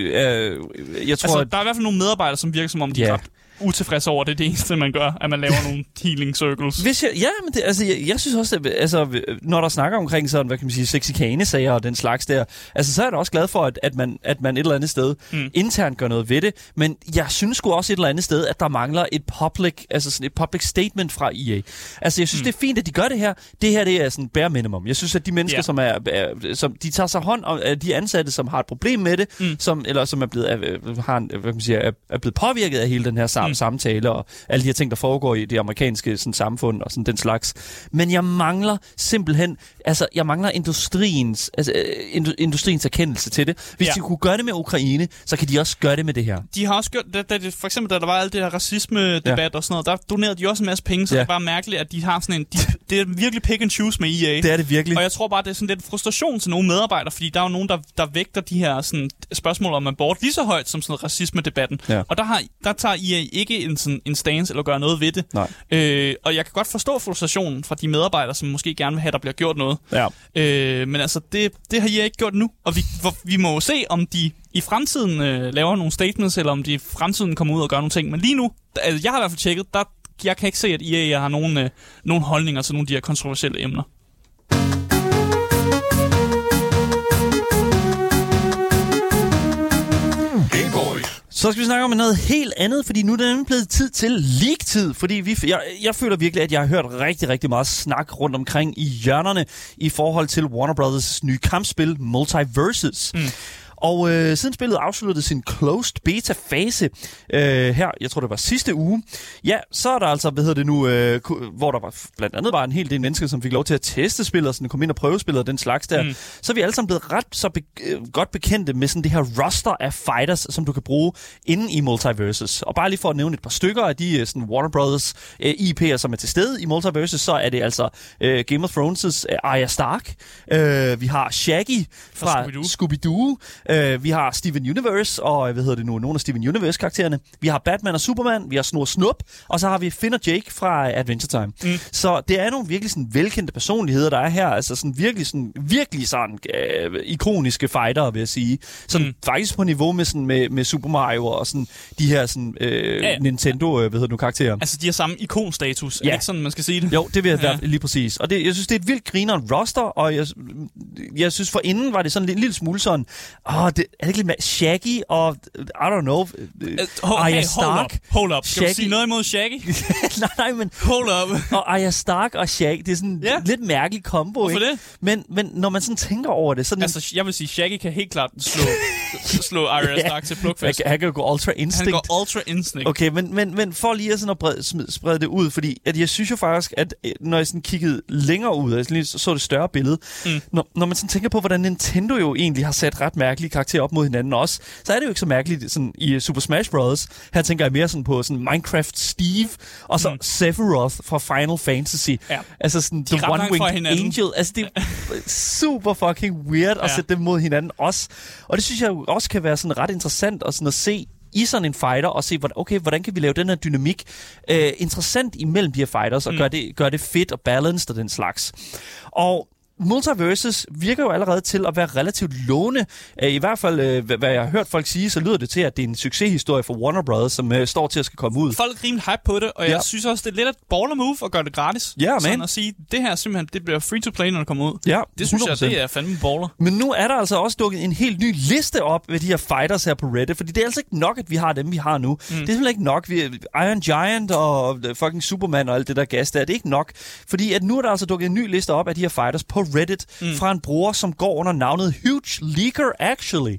tror... Altså, der er i hvert fald nogle medarbejdere, som virker som om, de er ret utilfredse over det. Det eneste, man gør, at man laver nogle healing circles. Men jeg synes også, at når der snakker omkring sådan, hvad kan man sige, sexikane-sager og den slags der, altså så er jeg også glad for, at man et eller andet sted internt gør noget ved det, men jeg synes sgu også et eller andet sted, at der mangler et public statement fra EA. Altså jeg synes, det er fint, at de gør det her. Det her, det er sådan bare minimum. Jeg synes, at de mennesker, som de tager sig hånd om de ansatte, som har et problem med det, som er blevet, er blevet påvirket af hele den her samtale og alle de her ting, der foregår i det amerikanske sådan, samfund og sådan den slags. Men jeg mangler simpelthen, industriens erkendelse til det. Hvis de kunne gøre det med Ukraine, så kan de også gøre det med det her. De har også gjort, for eksempel da der var alt det her racisme-debat og sådan noget, der donerede de også en masse penge, så det er bare mærkeligt, at de har sådan det er virkelig pick and choose med EA. Det er det virkelig. Og jeg tror bare, det er sådan lidt frustration til nogle medarbejdere, fordi der er jo nogen, der vægter de her sådan, spørgsmål om abort lige så højt som sådan racisme-debatten. Ja. Og der tager EA ikke en stance eller gøre noget ved det. Og jeg kan godt forstå frustrationen fra de medarbejdere, som måske gerne vil have, der bliver gjort noget. Ja. Men altså, det har EA ikke gjort nu. Og vi må jo se, om de i fremtiden laver nogle statements, eller om de i fremtiden kommer ud og gør nogle ting. Men lige nu, jeg har i hvert fald tjekket, jeg kan ikke se, at EA har nogle holdninger til nogle af de her kontroversielle emner. Så skal vi snakke om noget helt andet, fordi nu er det nemlig blevet tid til leak-tid, fordi jeg føler virkelig, at jeg har hørt rigtig, rigtig meget snak rundt omkring i hjørnerne i forhold til Warner Brothers nye kampspil Multiverses. Og siden spillet afsluttede sin closed beta-fase her, jeg tror det var sidste uge, så er der altså, hvor der var blandt andet bare en hel del mennesker, som fik lov til at teste spillet, og sådan komme ind og prøve spillet og den slags der. Så er vi alle sammen blevet ret godt bekendte med sådan det her roster af fighters, som du kan bruge inde i Multiverses. Og bare lige for at nævne et par stykker af de sådan Warner Brothers IP'er, som er til stede i Multiverses, så er det altså Game of Thrones' Arya Stark. Vi har Shaggy fra Scooby-Doo. Vi har Steven Universe, og nogle af Steven Universe-karaktererne. Vi har Batman og Superman, vi har Snor Snup, og så har vi Finn og Jake fra Adventure Time. Så det er nogle virkelig sådan velkendte personligheder, der er her. Altså sådan virkelig sådan ikoniske fighter, vil jeg sige. Sådan faktisk på niveau med sådan med Super Mario og sådan de her sådan Nintendo karakterer. Altså de har samme ikonstatus, er ikke sådan man skal sige det? Jo, det vil jeg være lige præcis. Og jeg synes det er et vildt grineren roster, og jeg synes for inden var det sådan en lille smule sådan er det ikke lidt med Shaggy og, I don't know, Arya Stark? Hold up. Skal du sige noget imod Shaggy? nej, men... Hold up. Og Arya Stark og Shaggy, det er sådan lidt mærkelig kombo, hvorfor ikke? Det? Men når man sådan tænker over det... Sådan altså, jeg vil sige, Shaggy kan helt klart slå slå Arya Stark til plukfest. Han kan jo gå Ultra Instinct. Han går Ultra Instinct. Okay, men for lige at, sådan at sprede det ud, fordi at jeg synes jo faktisk, at når jeg sådan kiggede længere ud, altså lige så det større billede, når man sådan tænker på, hvordan Nintendo jo egentlig har sat ret mærkelige karakterer op mod hinanden også, så er det jo ikke så mærkeligt sådan i Super Smash Bros. Her tænker jeg mere sådan på sådan Minecraft Steve, og så Sephiroth fra Final Fantasy. Ja. Altså sådan The One-Winged Angel. Altså det er super fucking weird at sætte dem mod hinanden også. Og det synes jeg jo også kan være sådan ret interessant at, sådan at se i sådan en fighter, og se, hvordan kan vi lave den her dynamik interessant imellem de her fighters, og gøre det fedt og balanced og den slags. Og Multiverses virker jo allerede til at være relativt lovende. I hvert fald, hvad jeg har hørt folk sige, så lyder det til, at det er en succeshistorie for Warner Bros., som står til at skal komme ud. Folk er rimelig hype på det, og jeg synes også, det er lidt et baller move at gøre det gratis. Ja, sådan at sige, det her simpelthen, det bliver free to play, når det kommer ud. Ja, det synes 100%. Jeg, det er fandme baller. Men nu er der altså også dukket en helt ny liste op med de her fighters her på Reddit, fordi det er altså ikke nok, at vi har dem, vi har nu. Det er simpelthen ikke nok. Iron Giant og fucking Superman og alt det der gas der, det er ikke nok. Fordi at nu er der altså dukket en ny liste op af de her fighters på Reddit fra en bruger, som går under navnet Huge Leaker Actually.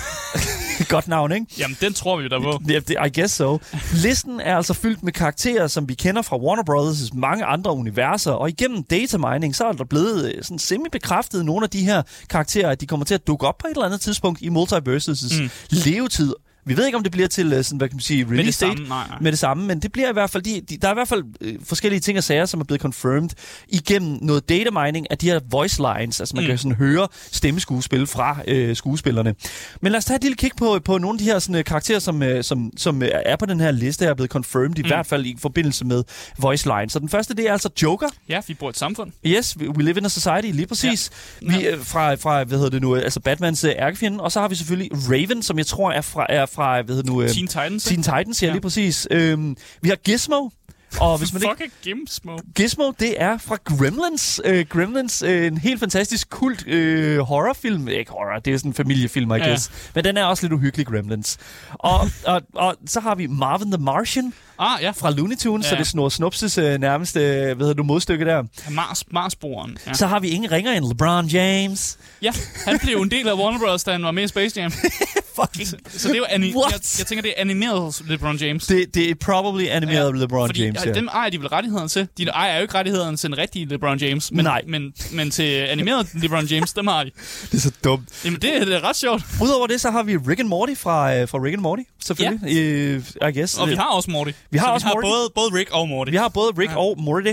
Godt navn, ikke? Jamen, den tror vi jo der på. I guess so. Listen er altså fyldt med karakterer, som vi kender fra Warner Bros.' mange andre universer, og igennem data mining, så er der blevet sådan semi-bekræftet nogle af de her karakterer, at de kommer til at dukke op på et eller andet tidspunkt i Multiverses' levetid. Vi ved ikke, om det bliver til sådan, hvad kan man sige, release date med det samme, men det bliver i hvert fald, der er i hvert fald forskellige ting og sager, som er blevet confirmed igennem noget data mining af de her voice lines, altså man kan sådan høre stemmeskuespil fra skuespillerne. Men lad os tage et lille kig på nogle af de her sådan, karakterer, som er på den her liste, er blevet confirmed, i hvert fald i forbindelse med voice lines. Så den første, det er altså Joker. Ja, vi bor i et samfund. Yes, we live in a society, lige præcis. Ja. Vi fra hvad hedder det nu, altså Batmans ærkefjende, og så har vi selvfølgelig Raven, som jeg tror er fra hvad hedder nu, Teen Titans. Teen Titans, ja, lige præcis. Vi har Gizmo. Og hvis man ikke... Gizmo, det er fra Gremlins. Gremlins, en helt fantastisk kult horrorfilm. Ikke horror, det er sådan en familiefilm, I guess. Men den er også lidt uhyggelig, Gremlins. Og så har vi Marvin the Martian. Fra Looney Tunes, så det er Snor Snupses nærmeste modstykke der. Marsboren. Ja. Så har vi ingen ringer end LeBron James. Ja, han blev en del af Warner Bros., da han var med i Space Jam. Så det er jo jeg tænker, det er animeret LeBron James. Det er probably animeret LeBron James, ja. Dem ejer de vel rettigheden til. De ejer jo ikke rettigheden til en rigtig LeBron James. Men til animeret LeBron James, dem har de. Det er så dumt. Jamen, det er ret sjovt. Udover det, så har vi Rick and Morty fra Rick and Morty, selvfølgelig. I guess. Og vi har også Morty. Vi har både Rick og Morty. Vi har både Rick og Morty.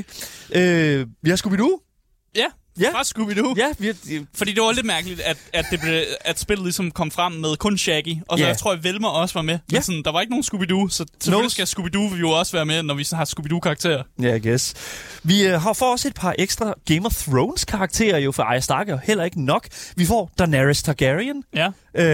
Vi har Scooby-Doo. Ja, fra Scooby-Doo. Ja, fordi det var lidt mærkeligt, at spillet ligesom kom frem med kun Shaggy. Og så jeg tror, at Velma også var med. Men sådan, der var ikke nogen Scooby-Doo, så selvfølgelig skal Scooby-Doo jo også være med, når vi så har Scooby-Doo-karakterer. Ja, I guess. Vi har for os et par ekstra Game of Thrones-karakterer jo, for Arya Stark er heller ikke nok. Vi får Daenerys Targaryen. Ja.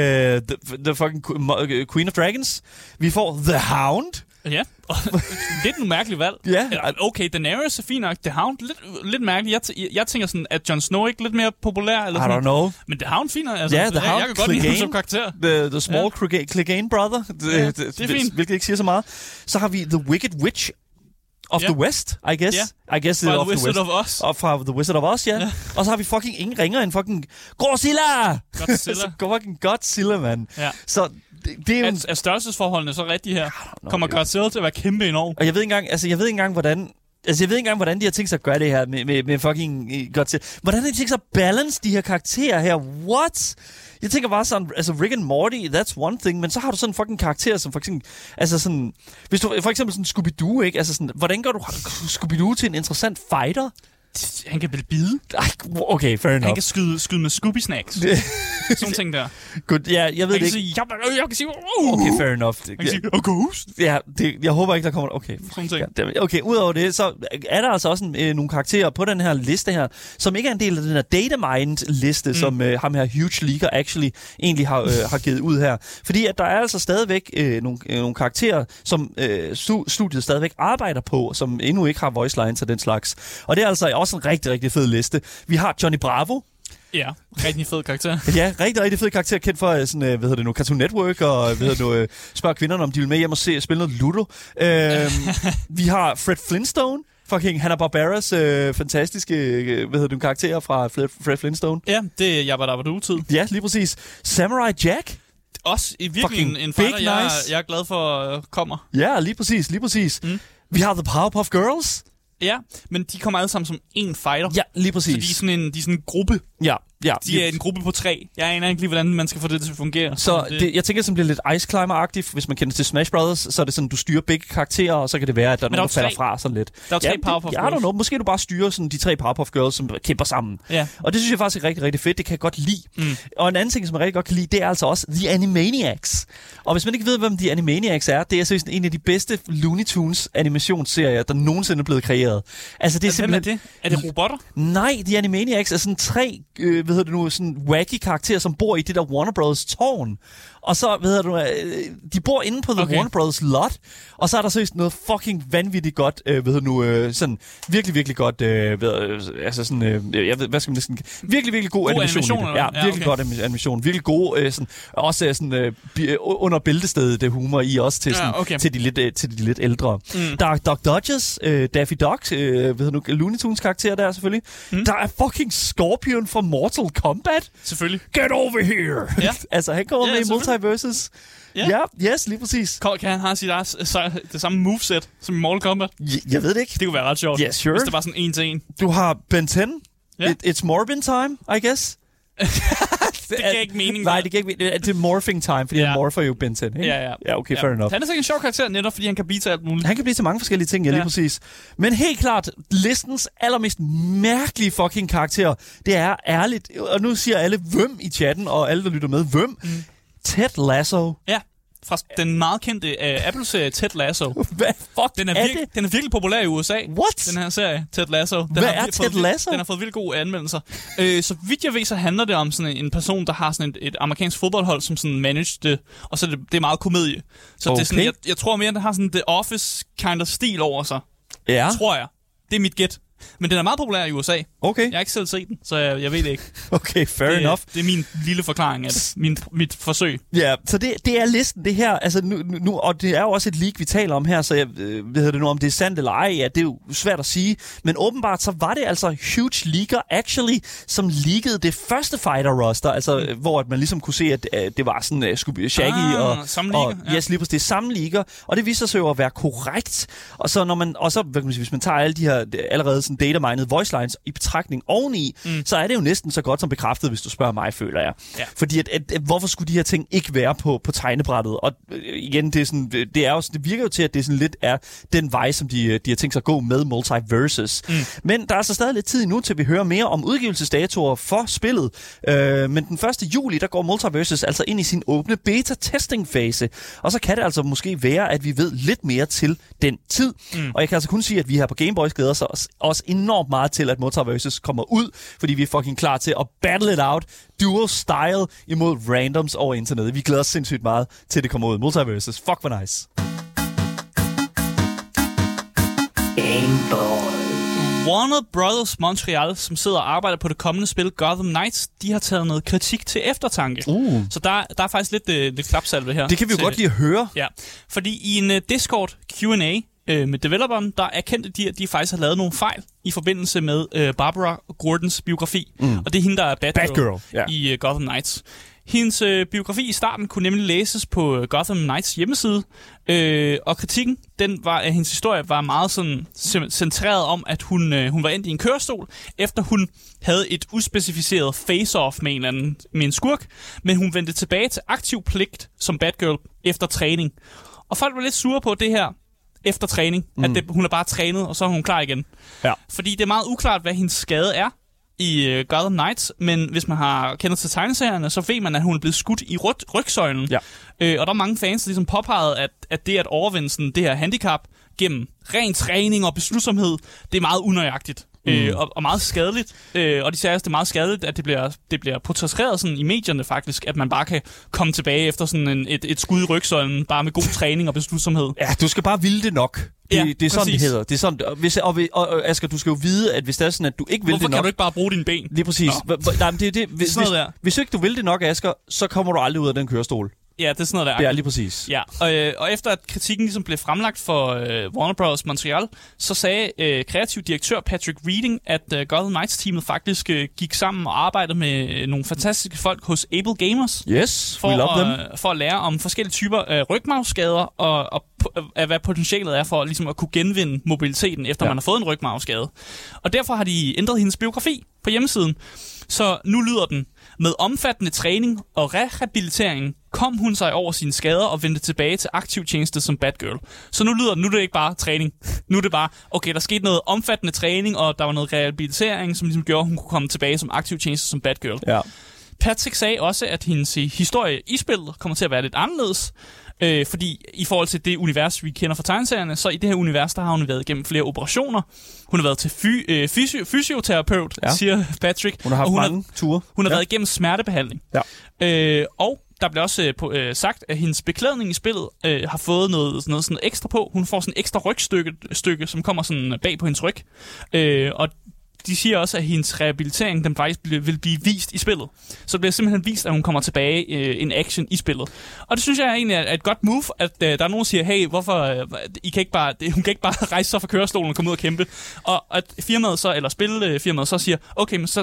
The fucking Queen of Dragons. Vi får The Hound. Ja, lidt en mærkelig valg. Ja. Okay, Daenerys er fint nok. The Hound, lidt mærkeligt. Jeg tænker sådan, at Jon Snow ikke lidt mere populær? Eller I sådan. don't know. Men The Hound fint nok. Altså, The Hound, jeg kan godt lide ham som karakter. The small Clegane brother. Det er fint. Hvilket ikke siger så meget. Så har vi The Wicked Witch of the West, I guess. Yeah. I guess fra of The Wizard of of Oz. Og fra The Wizard of Oz, ja. Og så har vi fucking ingen ringer end fucking Godzilla! Fucking Godzilla, mand. Ja. Så det er jo... Er størrelsesforholdene så rigtige her? Kommer Godzilla til at være kæmpe enorm? Og jeg ved ikke engang, hvordan de har tænkt sig at gøre det her med fucking Godzilla. Hvordan har de tænkt sig at balance de her karakterer her? What? Jeg tænker bare sådan, altså Rick and Morty, that's one thing, men så har du sådan en fucking karakter, som for eksempel, altså sådan, hvis du for eksempel sådan Scooby-Doo, ikke? Altså sådan, hvordan gør du Scooby-Doo til en interessant fighter? Han kan vel bide. Okay, fair enough. Han kan skyde med Scooby-snacks. Sådan ting der. Good, ja, jeg ved det ikke. Jeg kan sige... Okay, fair enough. Han kan sige, ghost. Ja, jeg håber ikke, der kommer... Okay. Sådan ting. Ja, okay, udover det, så er der altså også nogle karakterer på den her liste her, som ikke er en del af den her data-mined-liste, som ham her Huge Leaker actually egentlig har givet ud her. Fordi at der er altså stadigvæk nogle karakterer, som studiet stadigvæk arbejder på, som endnu ikke har voice lines og den slags. Og det er altså også en rigtig, rigtig fed liste. Vi har Johnny Bravo. Ja, rigtig fed karakter. Ja, rigtig fed karakter, kendt for sådan, Cartoon Network, og spørger kvinderne, om de vil med hjem og spille noget Ludo. Vi har Fred Flintstone. Fucking Hanna-Barberas fantastiske karakterer fra Fred Flintstone. Ja, det er Jabba Dabba Doo-tid. Ja, lige præcis. Samurai Jack. også i virkelig en fighter, jeg er glad for kommer. Ja, lige præcis. Vi har The Powerpuff Girls. Ja, men de kommer alle sammen som en fighter. Ja, lige præcis. Så de er sådan en gruppe. Ja. De er en gruppe på 3. Jeg aner ikke lige, hvordan man skal få det til at fungere. Så jeg tænker, det bliver lidt Ice Climber-agtigt. Hvis man kender til Smash Brothers, så er det sådan, du styrer begge karakterer, og så kan det være, at der er nogen, der falder fra sådan lidt. Der er 3 Powerpuff Girls. Måske du bare styrer sådan de 3 Powerpuff Girls, som kæmper sammen. Ja. Og det synes jeg faktisk er rigtig, rigtig fedt. Det kan jeg godt lide. Og en anden ting, som jeg rigtig godt kan lide, det er altså også The Animaniacs. Og hvis man ikke ved, hvem The Animaniacs er, det er altså en af de bedste Looney Tunes animationsserier, der nogensinde er blevet kreeret. Altså, det er simpelthen... Hvem er det? Er det robotter? Nej, The Animaniacs er sådan 3, sådan wacky karakterer, som bor i det der Warner Brothers tårn. Og så, de bor inde på The Warner Brothers lot, og så er der seriøst noget fucking vanvittigt godt, sådan virkelig, virkelig godt, hvad skal man næsten... Virkelig, virkelig god animation. Ja, virkelig godt animation. Virkelig god, også sådan under bæltestedet, det humor i, også til, sådan, til de lidt ældre. Der er Doc Dodgers, Daffy Duck, Looney Tunes karakter der selvfølgelig. Der er fucking Scorpion fra Mortal Kombat. Selvfølgelig. Get over here! Ja. Altså, han kommer med i Multiverses. Ja, yes, lige præcis. Kan han have det samme moveset som i Mortal Kombat? Jeg ved det ikke. Det kunne være ret sjovt. Yeah, sure. Hvis det var sådan 1 til 1. Du har Ben 10. Yeah. It's Morbin time, I guess. Det giver ikke mening. Nej, det giver ikke mening. Det er morphing time, fordi han morfer jo Ben 10. Ikke? Ja, okay, fair enough. Han er sikkert en sjov karakter, netop fordi han kan blive til alt muligt. Han kan blive til mange forskellige ting, lige præcis. Men helt klart, listens allermest mærkelige fucking karakter, det er ærligt, og nu siger alle hvem i chatten, og alle, der lytter med, hvem? Ted Lasso. Ja. Fra den meget kendte Apple-serie Ted Lasso. Hvad fuck den er virkelig populær i USA. What? Den her serie, Ted Lasso. Hvad er Ted Lasso? Den har fået vildt gode anmeldelser. Så vidt jeg ved, så handler det om sådan en person, der har sådan et amerikansk fodboldhold, som sådan manager det, og så det er meget komedie. Så det er sådan, jeg tror mere, at den har sådan The Office kind of stil over sig. Ja. Tror jeg. Det er mit gæt. Men den er meget populær i USA. Okay. Jeg har ikke selv set den, så jeg ved det ikke. Okay, fair enough. Det er min lille forklaring af det. Mit forsøg. Ja, så det er listen, det her. Altså nu, og det er jo også et leak, vi taler om her, så jeg ved det nu, om det er sandt eller ej. Ja, det er jo svært at sige. Men åbenbart, så var det altså Huge Leaker, actually, som leakede det første fighter roster. Altså, hvor man ligesom kunne se, at det var sådan Shaggy og yes, lige præcis det samme leaker. Og det viser sig jo at være korrekt. Og så, hvis man tager alle de her allerede data-mined voice lines i betragtning oveni, så er det jo næsten så godt som bekræftet, hvis du spørger mig, føler jeg. Ja. Fordi at hvorfor skulle de her ting ikke være på tegnebrættet? Og igen, det er sådan, det virker jo til, at det sådan lidt er den vej, som de har tænkt sig at gå med Multiverses. Men der er altså stadig lidt tid nu, til vi hører mere om udgivelsesdatoer for spillet. Men den 1. juli, der går Multiverses altså ind i sin åbne beta-testing-fase. Og så kan det altså måske være, at vi ved lidt mere til den tid. Og jeg kan altså kun sige, at vi her på Gameboys glæder sig også enormt meget til, at Multiverses kommer ud, fordi vi er fucking klar til at battle it out, dual style imod randoms over internettet. Vi glæder os sindssygt meget til, det kommer ud. Multiverses. Fuck, hvor nice. Warner Brothers Montreal, som sidder og arbejder på det kommende spil Gotham Knights, de har taget noget kritik til eftertanke. Så der er faktisk lidt klapsalve her. Det kan vi jo godt lide at høre. Ja, fordi i en Discord Q&A med developeren, der erkendte de, at de faktisk har lavet nogle fejl i forbindelse med Barbara Gordons biografi. Og det er hende, der er Batgirl. I Gotham Knights. Hendes biografi i starten kunne nemlig læses på Gotham Knights hjemmeside, og kritikken af hendes historie var meget sådan centreret om, at hun var endt i en kørestol, efter hun havde et uspecificeret face-off med en skurk, men hun vendte tilbage til aktiv pligt som Batgirl efter træning. Og folk var lidt sure på det her efter træning, at hun er bare trænet, og så er hun klar igen. Ja. Fordi det er meget uklart, hvad hendes skade er i Gotham Knights, men hvis man kender til tegneserierne, så ved man, at hun er blevet skudt i rygsøjlen. Ja. Og der er mange fans, der ligesom påpegede, at det at overvinde sådan, det her handicap gennem ren træning og beslutsomhed, det er meget unøjagtigt. Og meget skadeligt. Og de siger også, det er meget skadeligt, at det bliver portrætteret sådan i medierne faktisk, at man bare kan komme tilbage efter sådan et skud i rygsøjlen, bare med god træning og beslutsomhed. Ja, du skal bare ville det nok. Det er sådan, det hedder. Det er sådan, og Asger, du skal jo vide, at hvis det er sådan, at du ikke vil det nok... Hvorfor kan du ikke bare bruge dine ben? Lige præcis. Hvis ikke du vil det nok, Asger, så kommer du aldrig ud af den kørestol. Ja, det er sådan noget, der det er lige præcis. Ja, og efter at kritikken ligesom blev fremlagt for Warner Bros. Montreal, så sagde kreativ direktør Patrick Reading, at Gotham Knights-teamet faktisk gik sammen og arbejdede med nogle fantastiske folk hos Able Gamers. Yes, we love them. For at lære om forskellige typer af rygmarvsskader, og hvad potentialet er for ligesom at kunne genvinde mobiliteten, efter man har fået en rygmarvsskade. Og derfor har de ændret hendes biografi på hjemmesiden. Så nu lyder den: med omfattende træning og rehabilitering kom hun sig over sine skader og vendte tilbage til aktiv tjeneste som Batgirl. Så nu er det ikke bare træning. Nu er det bare, okay, der skete noget omfattende træning, og der var noget rehabilitering, som ligesom gjorde, at hun kunne komme tilbage som aktiv tjeneste som Batgirl. Ja. Patrick sagde også, at hendes historie i spillet kommer til at være lidt anderledes, fordi i forhold til det univers, vi kender fra tegneserierne, så i det her univers, der har hun været igennem flere operationer. Hun har været til fysioterapeut, siger Patrick. Hun har haft mange ture. Hun har været igennem smertebehandling. Ja. Og der bliver også sagt, at hendes beklædning i spillet har fået noget sådan ekstra på. Hun får sådan et ekstra rygstykke, som kommer sådan bag på hendes ryg. Og de siger også, at hendes rehabilitering den faktisk vil blive vist i spillet. Så det bliver simpelthen vist, at hun kommer tilbage in action i spillet. Og det synes jeg egentlig er et godt move, at der er nogen, der siger, hey, hvorfor hun kan ikke bare rejse sig fra kørestolen og komme ud og kæmpe. Og at firmaet så, eller spilfirmaet så siger, okay, men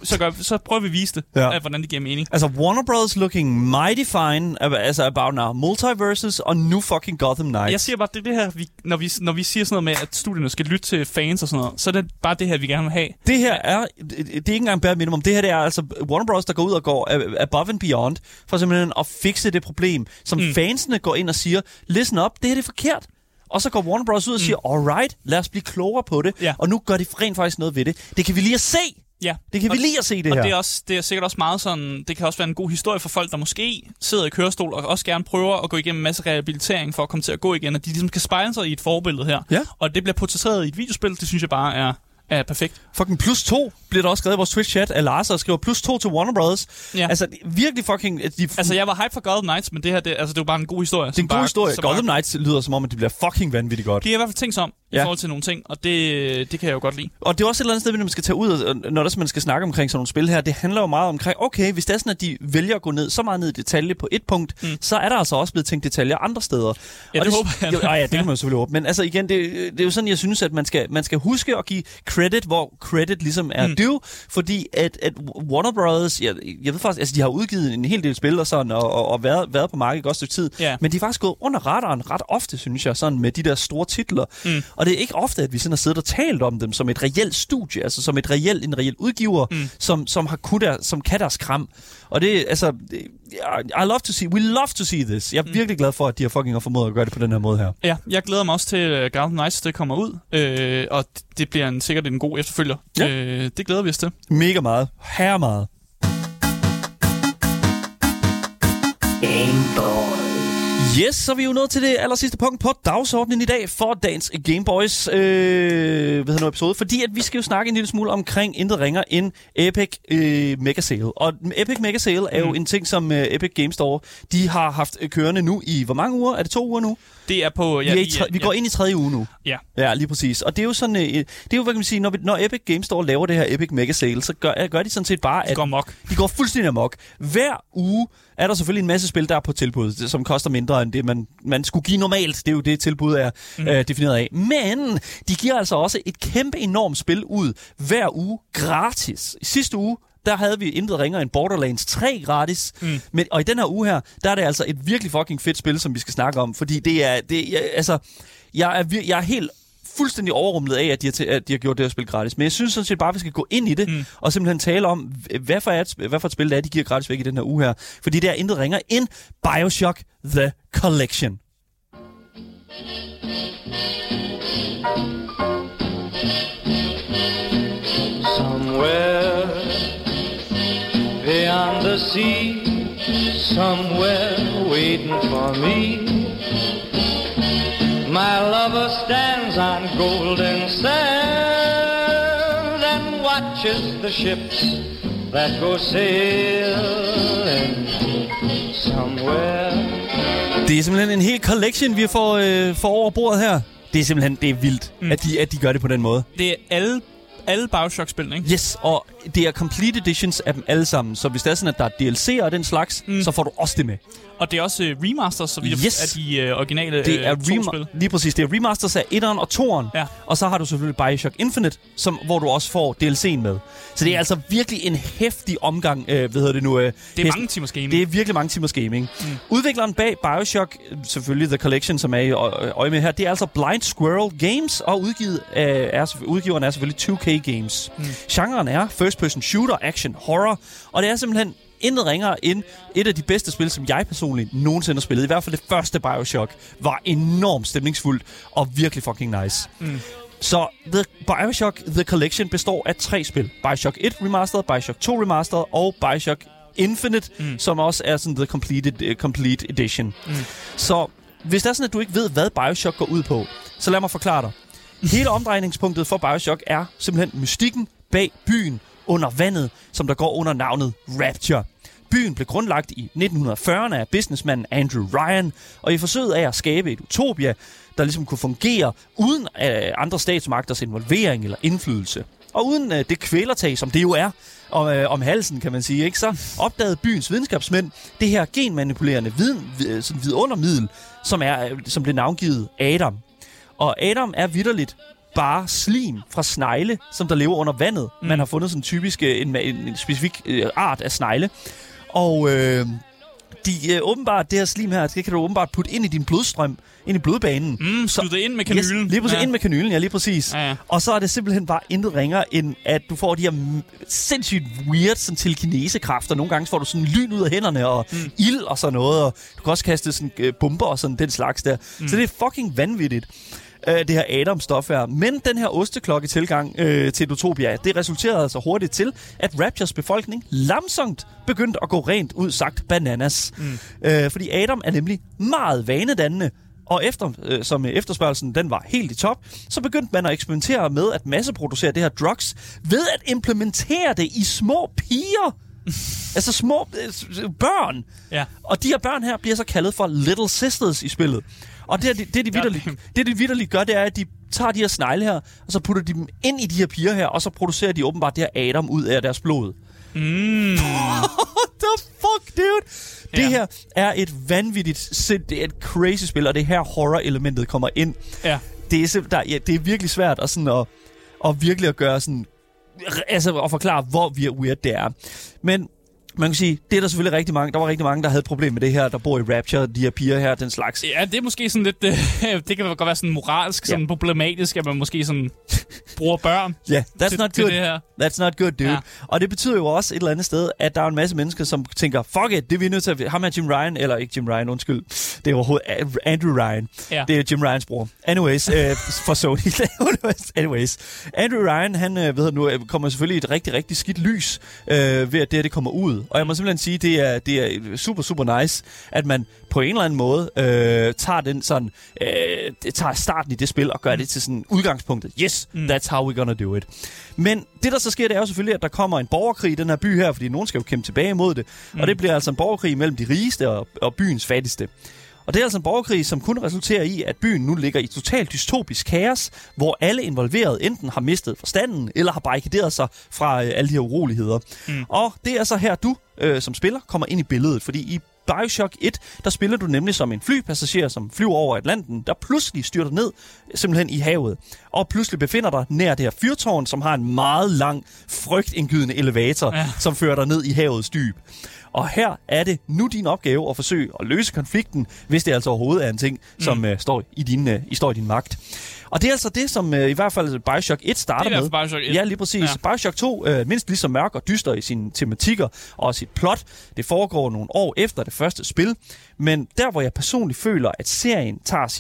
så prøver vi at vise det, hvordan det giver mening. Altså, Warner Bros. Looking mighty fine, altså about now multiverses og nu fucking Gotham Knights. Jeg siger bare, det er det her, når vi siger sådan noget med, at studierne skal lytte til fans og sådan noget, så er det bare det her, vi gerne vil have. Det her er ikke engang bare minimum. Det her det er altså Warner Bros., der går ud og går above and beyond, for simpelthen at fikse det problem, som fansene går ind og siger, listen up, det her det er forkert. Og så går Warner Bros. Ud og siger, alright, lad os blive klogere på det, og nu gør de rent faktisk noget ved det. Det kan vi lige at se. Ja. Det kan vi lige at se det her. Og det er sikkert også meget sådan, det kan også være en god historie for folk, der måske sidder i kørestol og også gerne prøver at gå igennem en masse rehabilitering for at komme til at gå igen, og de ligesom kan spejle sig i et forbillede her. Ja. Og det bliver portrætteret i et videospil, det synes jeg bare er perfekt. Fucking +2 bliver der også skrevet i vores Twitch-chat af Lars, og skriver +2 til Warner Bros. Ja. Altså, virkelig fucking... Altså, jeg var hype for Gotham Knights, men det her, det er jo bare en god historie. Det er en god historie. Gotham Knights lyder som om, at det bliver fucking vanvittigt godt. De er i hvert fald tænkt sig om i forhold til nogle ting, og det kan jeg jo godt lide. Og det er også et eller andet sted, man skal tage ud, når man skal snakke omkring sådan nogle spil her. Det handler jo meget omkring, okay, hvis det er sådan, at de vælger at gå ned så meget ned i detalje på et punkt, så er der altså også blevet tænkt detaljer andre steder. Ja, og det håber jeg. Ja, det kan man jo selvfølgelig håbe. Men altså igen, det er jo sådan, jeg synes, at man skal huske at give credit, hvor credit ligesom er due, fordi at Warner Bros., jeg ved faktisk, altså de har udgivet en hel del spil og sådan, og været på markedet et godt stykke tid, men de er faktisk gået under radaren ret ofte, synes jeg, sådan med de der store titler. Og det er ikke ofte, at vi sådan har siddet og talt om dem som et reelt studie, altså som en reel udgiver, som kan deres kram. Og det, altså, we love to see this. Jeg er virkelig glad for, at de har fucking formået at gøre det på den her måde her. Ja, jeg glæder mig også til Gotham Knights, det kommer ud, og det bliver sikkert en god efterfølger. Ja. Det glæder vi os til. Mega meget. Her meget. Yes, så er vi jo nået til det aller sidste punkt på dagsordenen i dag for dagens Gameboys episode, fordi at vi skal jo snakke en lille smule omkring intet ringer end Epic Mega Sale. Og Epic Mega Sale er jo en ting, som Epic Games Store, de har haft kørende nu i hvor mange uger? Er det 2 uger nu? Det er på... Ja, vi går ind i 3. uge nu. Ja. Ja, lige præcis. Og det er jo sådan, det er jo, hvad kan man sige, når Epic Games Store laver det her Epic Mega Sale, så gør de sådan set bare, at... De går fuldstændig amok. Hver uge er der selvfølgelig en masse spil, der er på tilbud, som koster mindre end det, man skulle give normalt. Det er jo det, tilbud er defineret af. Men de giver altså også et kæmpe enormt spil ud hver uge gratis. I sidste uge, der havde vi intet ringer end Borderlands 3 gratis. Og i den her uge her, der er det altså et virkelig fucking fedt spil, som vi skal snakke om. Fordi jeg er helt fuldstændig overrumlet af, at de har gjort det her spil gratis. Men jeg synes sådan set bare, at vi skal gå ind i det, og simpelthen tale om, hvad for et spil det er, de giver gratis væk i den her uge her. Fordi det er intet ringer end BioShock The Collection. Somewhere beyond the sea, somewhere waiting for me, my lover stands on golden sand and watches the ships that go sailing somewhere. Det er simpelthen en hel collection, vi får over bordet her. Det er simpelthen vildt, at de gør det på den måde. Det er alle Bioshock-spillene, ikke? Yes, og det er complete editions af dem alle sammen. Så hvis det er sådan, at der er DLC'er og den slags, så får du også det med. Og det er også remasters, så vidt af de originale det er spil. Lige præcis, det er remasters af 1'eren og 2'eren. Ja. Og så har du selvfølgelig Bioshock Infinite, hvor du også får DLC'en med. Så det er altså virkelig en heftig omgang, det er mange timers gaming. Det er virkelig mange timers gaming. Udvikleren bag Bioshock, selvfølgelig The Collection, som er i øje med her, det er altså Blind Squirrel Games, og udgiveren er selvfølgelig 2K Games. Genren er first person shooter, action, horror, og det er simpelthen intet ringere end et af de bedste spil, som jeg personligt nogensinde har spillet. I hvert fald det første Bioshock var enormt stemningsfuldt og virkelig fucking nice. Så Bioshock The Collection består af 3 spil. Bioshock 1 Remastered, Bioshock 2 Remastered og Bioshock Infinite, som også er sådan the complete edition. Så hvis det er sådan, at du ikke ved, hvad Bioshock går ud på, så lad mig forklare dig. Hele omdrejningspunktet for Bioshock er simpelthen mystikken bag byen under vandet, som der går under navnet Rapture. Byen blev grundlagt i 1940'erne af businessmanden Andrew Ryan, og i forsøget af at skabe et utopia, der ligesom kunne fungere uden andre statsmagters involvering eller indflydelse. Og uden det kvælertag, som det jo er om halsen, kan man sige, ikke? Så opdagede byens videnskabsmænd det her genmanipulerende vidundermiddel, som blev navngivet Adam. Og Adam er vitterligt bare slim fra snegle, som der lever under vandet. Man har fundet sådan typisk en specifik art af snegle. Og åbenbart, det her slim her, det kan du åbenbart putte ind i din blodstrøm, ind i blodbanen. Så det ind med kanylen. Yes, lige præcis, ind med kanylen, ja, lige præcis. Ja. Og så er det simpelthen bare intet ringere, end at du får de her sindssygt weird sådan telekinesekræfter. Nogle gange får du sådan lyn ud af hænderne, og ild og sådan noget, og du kan også kaste sådan bomber og sådan den slags der. Så det er fucking vanvittigt, det her Adam-stof her. Men den her osteklokke-tilgang til Utopia, det resulterede altså hurtigt til, at Raptures befolkning langsomt begyndte at gå rent ud sagt bananas. Fordi Adam er nemlig meget vanedannende, og som efterspørgelsen den var helt i top, så begyndte man at eksperimentere med at masseproducere det her drugs ved at implementere det i små piger. Altså små børn. Ja. Og de her børn her bliver så kaldet for Little Sisters i spillet. Og det de vitterligt gør, det er, at de tager de her snegle her, og så putter de dem ind i de her piger her, og så producerer de åbenbart det her Adam ud af deres blod. What the fuck, dude? Det her er et vanvittigt, det er et crazy spil, og det her horror-elementet kommer ind. Ja. Det er virkelig svært at sådan at virkelig at gøre sådan, altså at forklare, hvor weird det er. Men man kan sige, det er der selvfølgelig rigtig mange. Der var rigtig mange, der havde et problem med det her, der bor i Rapture, de her piger her, den slags. Ja, det er måske sådan lidt, det kan godt være sådan moralsk, sådan problematisk, at man måske sådan bruger børn. Ja, that's not good. Det her. That's not good, dude. Ja. Og det betyder jo også et eller andet sted, at der er en masse mennesker, som tænker, fuck it, det er vi nødt til at... Ham er Jim Ryan, eller ikke Jim Ryan, undskyld. Det er overhovedet Andrew Ryan. Ja. Det er Jim Ryans bror. Anyways, for Sony. Anyways. Andrew Ryan, han kommer selvfølgelig i et rigtig, rigtig skidt lys ved, at det kommer ud. Og jeg må simpelthen sige, det er super, super nice, at man på en eller anden måde tager den sådan, tager starten i det spil og gør det til sådan udgangspunktet. Yes, that's how we're gonna do it. Men det, der så sker, det er jo selvfølgelig, at der kommer en borgerkrig i den her by her, fordi nogen skal jo kæmpe tilbage imod det. Og det bliver altså en borgerkrig mellem de rigeste og byens fattigste. Og det er altså en borgerkrig, som kun resulterer i, at byen nu ligger i totalt dystopisk kaos, hvor alle involverede enten har mistet forstanden, eller har barrikaderet sig fra alle de her uroligheder. Og det er så her, du som spiller kommer ind i billedet, fordi i Bioshock 1, der spiller du nemlig som en flypassager, som flyver over Atlanten, der pludselig styrter ned simpelthen i havet, og pludselig befinder dig nær det her fyrtårn, som har en meget lang, frygtindgydende elevator, som fører dig ned i havets dyb. Og her er det nu din opgave at forsøge at løse konflikten, hvis det altså overhovedet er en ting, som står i din magt. Og det er altså det, som i hvert fald Bioshock 1 starter med. Det er Bioshock 1. Ja, lige præcis. Ja. Bioshock 2 mindst lige så mørk og dyster i sine tematikker og sit plot. Det foregår nogle år efter det første spil. Men der, hvor jeg personligt føler, at serien tager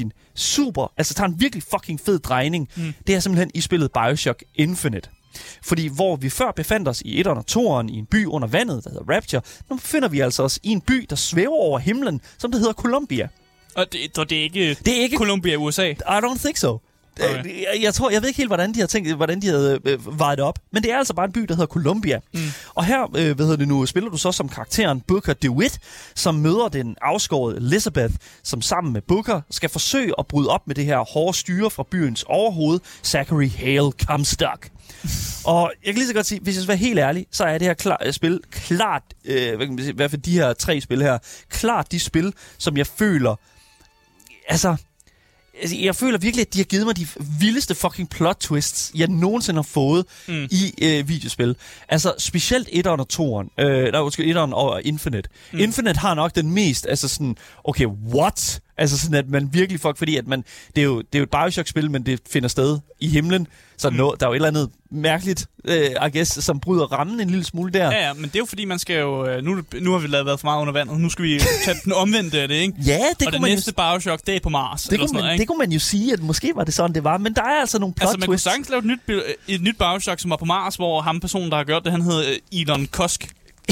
en virkelig fucking fed drejning, det er simpelthen i spillet Bioshock Infinite. Fordi hvor vi før befandt os i 1'eren og 2'eren i en by under vandet, der hedder Rapture, nu befinder vi altså os i en by, der svæver over himlen, som der hedder Columbia. Og det er ikke Columbia i USA? I don't think so. Okay. Jeg ved ikke helt, hvordan de havde vejet det op. Men det er altså bare en by, der hedder Columbia. Og her, spiller du så som karakteren Booker DeWitt, som møder den afskårede Elizabeth, som sammen med Booker skal forsøge at bryde op med det her hårde styre fra byens overhoved, Zachary Hale Comstock. Og jeg kan lige så godt sige, hvis jeg skal være helt ærlig, så er det her spil klart, hvad kan man sige, i hvert fald de her 3 spil her, klart de spil, som jeg føler, altså, jeg føler virkelig, at de har givet mig de vildeste fucking plot twists, jeg nogensinde har fået i videospil. Altså, specielt 1'eren og 2'eren. 1'eren og Infinite. Infinite har nok den mest, altså sådan, okay, what? Altså sådan, at man virkelig fordi at man, det er jo et Bioshock-spil, men det finder sted i himlen, så der er jo et eller andet mærkeligt, I guess, som bryder rammen en lille smule der. Ja, men det er jo fordi, man skal jo, nu har vi været for meget under vandet, nu skal vi tage den omvendte af det, ikke? Ja, det og det næste Bioshock, det er på Mars. Det kunne man jo sige, at måske var det sådan, det var, men der er altså nogle plot twists. Man kunne sagtens lave et nyt Bioshock, som var på Mars, hvor ham personen, der har gjort det, han hedder Elon Musk.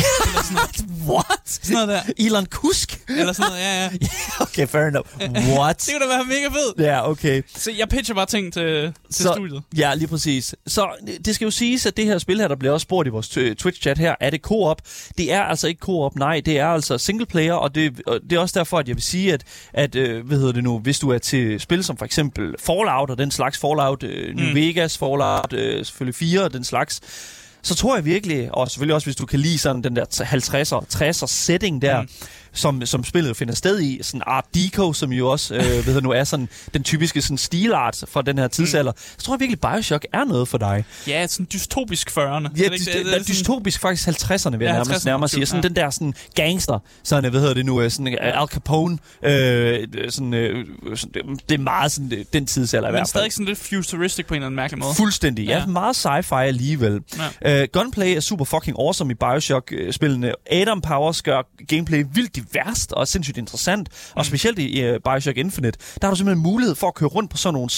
What? Sådan noget der. Elon Kusk? Eller sådan noget, ja. Okay, fair enough. What? Det kunne da være mega fedt. Ja, okay. Så jeg pitcher bare ting til studiet. Ja, lige præcis. Så det skal jo siges, at det her spil her, der bliver også spurgt i vores Twitch-chat her, er det co-op? Det er altså ikke co-op, nej. Det er altså single player, og det er også derfor, at jeg vil sige, at hvis du er til spil som for eksempel Fallout og den slags Fallout, New Vegas, Fallout, selvfølgelig 4 og den slags, så tror jeg virkelig, og selvfølgelig også, hvis du kan lide sådan den der 50'er, 60'er setting der, som spillet finder sted i, sådan Art Deco, som jo også er sådan den typiske sådan stilart fra den her tidsalder, så tror jeg virkelig, Bioshock er noget for dig. Ja, sådan dystopisk 40'erne. Ja, det er dystopisk faktisk 50'erne, vil jeg nærmere sige. Sådan den der sådan gangster, sådan, sådan Al Capone, sådan, det er meget sådan den tidsalder i hvert fald. Men stadig sådan lidt futuristic på en eller anden mærkelig måde. Fuldstændig, ja. Meget sci-fi alligevel. Ja. Gunplay er super fucking awesome i Bioshock-spillene. Atom Powers gør gameplay vildt diverst og sindssygt interessant, og specielt i Bioshock Infinite, der har du simpelthen mulighed for at køre rundt på sådan nogle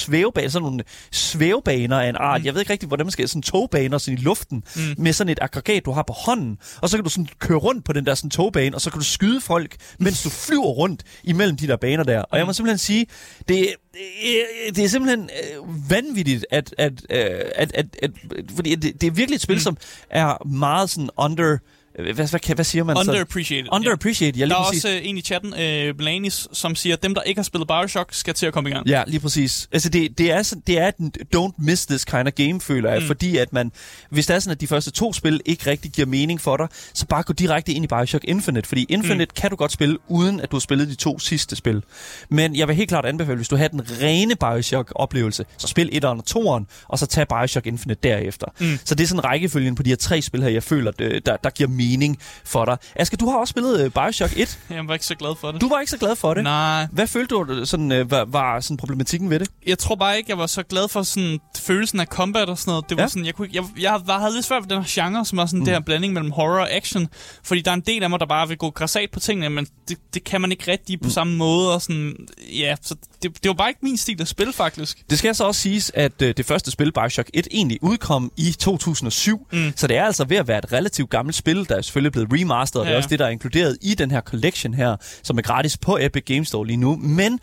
svævebaner af en art. Jeg ved ikke rigtig, hvordan man skal, sådan togbaner sådan i luften, med sådan et aggregat, du har på hånden, og så kan du sådan køre rundt på den der sådan togbane, og så kan du skyde folk, mens du flyver rundt imellem de der baner der. Og jeg må simpelthen sige, det er simpelthen vanvittigt, fordi det er virkelig et spil, som er meget sådan hvad siger man så? Underappreciated. Ja, der er også en i chatten, Blanis, som siger, at dem, der ikke har spillet Bioshock, skal til at komme i gang. Ja, lige præcis. Altså, det er et don't miss this kind of game, føler jeg, fordi at hvis det er sådan, at de første 2 spil ikke rigtig giver mening for dig, så bare gå direkte ind i Bioshock Infinite, fordi Infinite kan du godt spille, uden at du har spillet de 2 sidste spil. Men jeg vil helt klart anbefale, hvis du har den rene Bioshock-oplevelse, så spil 1'eren og 2'eren, og så tag Bioshock Infinite derefter. Så det er sådan rækkefølgen på de her 3 spil her, jeg føler, der giver mening for dig. Asger, du har også spillet Bioshock 1. Jeg var ikke så glad for det. Du var ikke så glad for det? Nej. Hvad følte du sådan, var sådan problematikken ved det? Jeg tror bare ikke, jeg var så glad for sådan følelsen af combat og sådan noget. Det var sådan, jeg havde lidt svært ved den her genre, som var sådan det her blanding mellem horror og action, fordi der er en del af mig, der bare vil gå grassat på tingene, men det kan man ikke rigtig på samme måde, og sådan, ja, så det var bare ikke min stil at spille, faktisk. Det skal så også siges, at det første spil, Bioshock 1, egentlig udkom i 2007, så det er altså ved at være et relativt gammelt spil, der er selvfølgelig blevet remasteret, og det er også det, der er inkluderet i den her collection her, som er gratis på Epic Games Store lige nu, men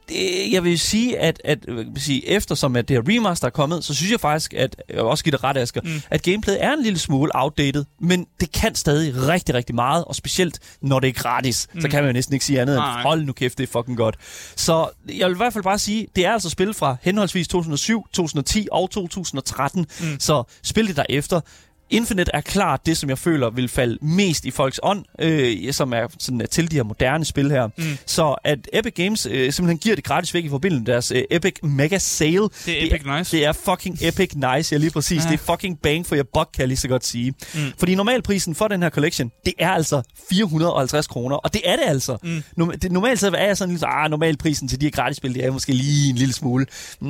jeg vil sige, at eftersom at det her remaster er kommet, så synes jeg faktisk, at jeg vil også give det ret, Asger, at gameplayet er en lille smule outdated, men det kan stadig rigtig, rigtig meget, og specielt når det er gratis, så kan man jo næsten ikke sige andet end, hold nu kæft, det er fucking godt. Så jeg vil i hvert fald bare sige, det er altså spil fra henholdsvis 2007, 2010 og 2013, så spil det derefter. Infinite er klart det, som jeg føler vil falde mest i folks ånd, som er sådan, til de her moderne spil her. Så at Epic Games simpelthen giver det gratis væk i forbindelse med deres Epic Mega Sale. Det er epic nice. Det er fucking epic nice, ja lige præcis. Det er fucking bang for your buck, kan jeg lige så godt sige. Fordi normalprisen for den her collection, det er altså 450 kroner, og det er det altså. Normalt så er jeg sådan lidt, normalprisen til de her gratis spil, det er måske lige en lille smule.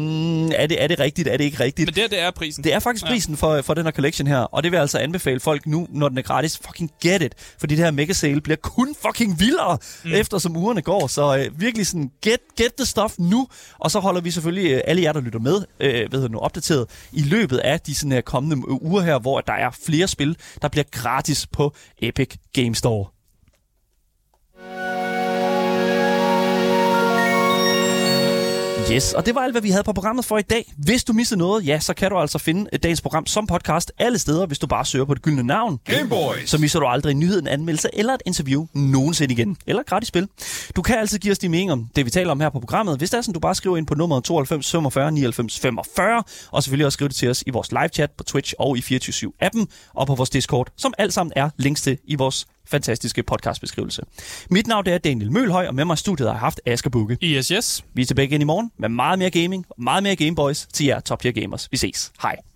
Er det rigtigt? Er det ikke rigtigt? Men det er prisen. Det er faktisk prisen for den her collection her, og det vil altså anbefale folk nu, når den er gratis, fucking get it. Fordi det her mega sale bliver kun fucking vildere, eftersom ugerne går. Så virkelig sådan, get the stuff nu. Og så holder vi selvfølgelig alle jer, der lytter med, opdateret i løbet af de sådan her kommende uger her, hvor der er flere spil, der bliver gratis på Epic Games Store. Yes, og det var alt, hvad vi havde på programmet for i dag. Hvis du missede noget, ja, så kan du altså finde dagens program som podcast alle steder, hvis du bare søger på det gyldne navn. Gameboys! Så misser du aldrig en nyhed, en anmeldelse eller et interview nogensinde igen. Eller gratis spil. Du kan altid give os din mening om det, vi taler om her på programmet. Hvis det er sådan, du bare skriver ind på nummeret 92 45 99 45, og selvfølgelig også skrive det til os i vores live-chat på Twitch og i 24/7-appen, og på vores Discord, som alt sammen er links til i vores fantastiske podcastbeskrivelse. Mit navn er Daniel Mølhøj, og med mig i studiet har jeg haft Asger Bukke. Yes. Vi er tilbage igen i morgen med meget mere gaming og meget mere Gameboys til jer Top Tier Gamers. Vi ses. Hej.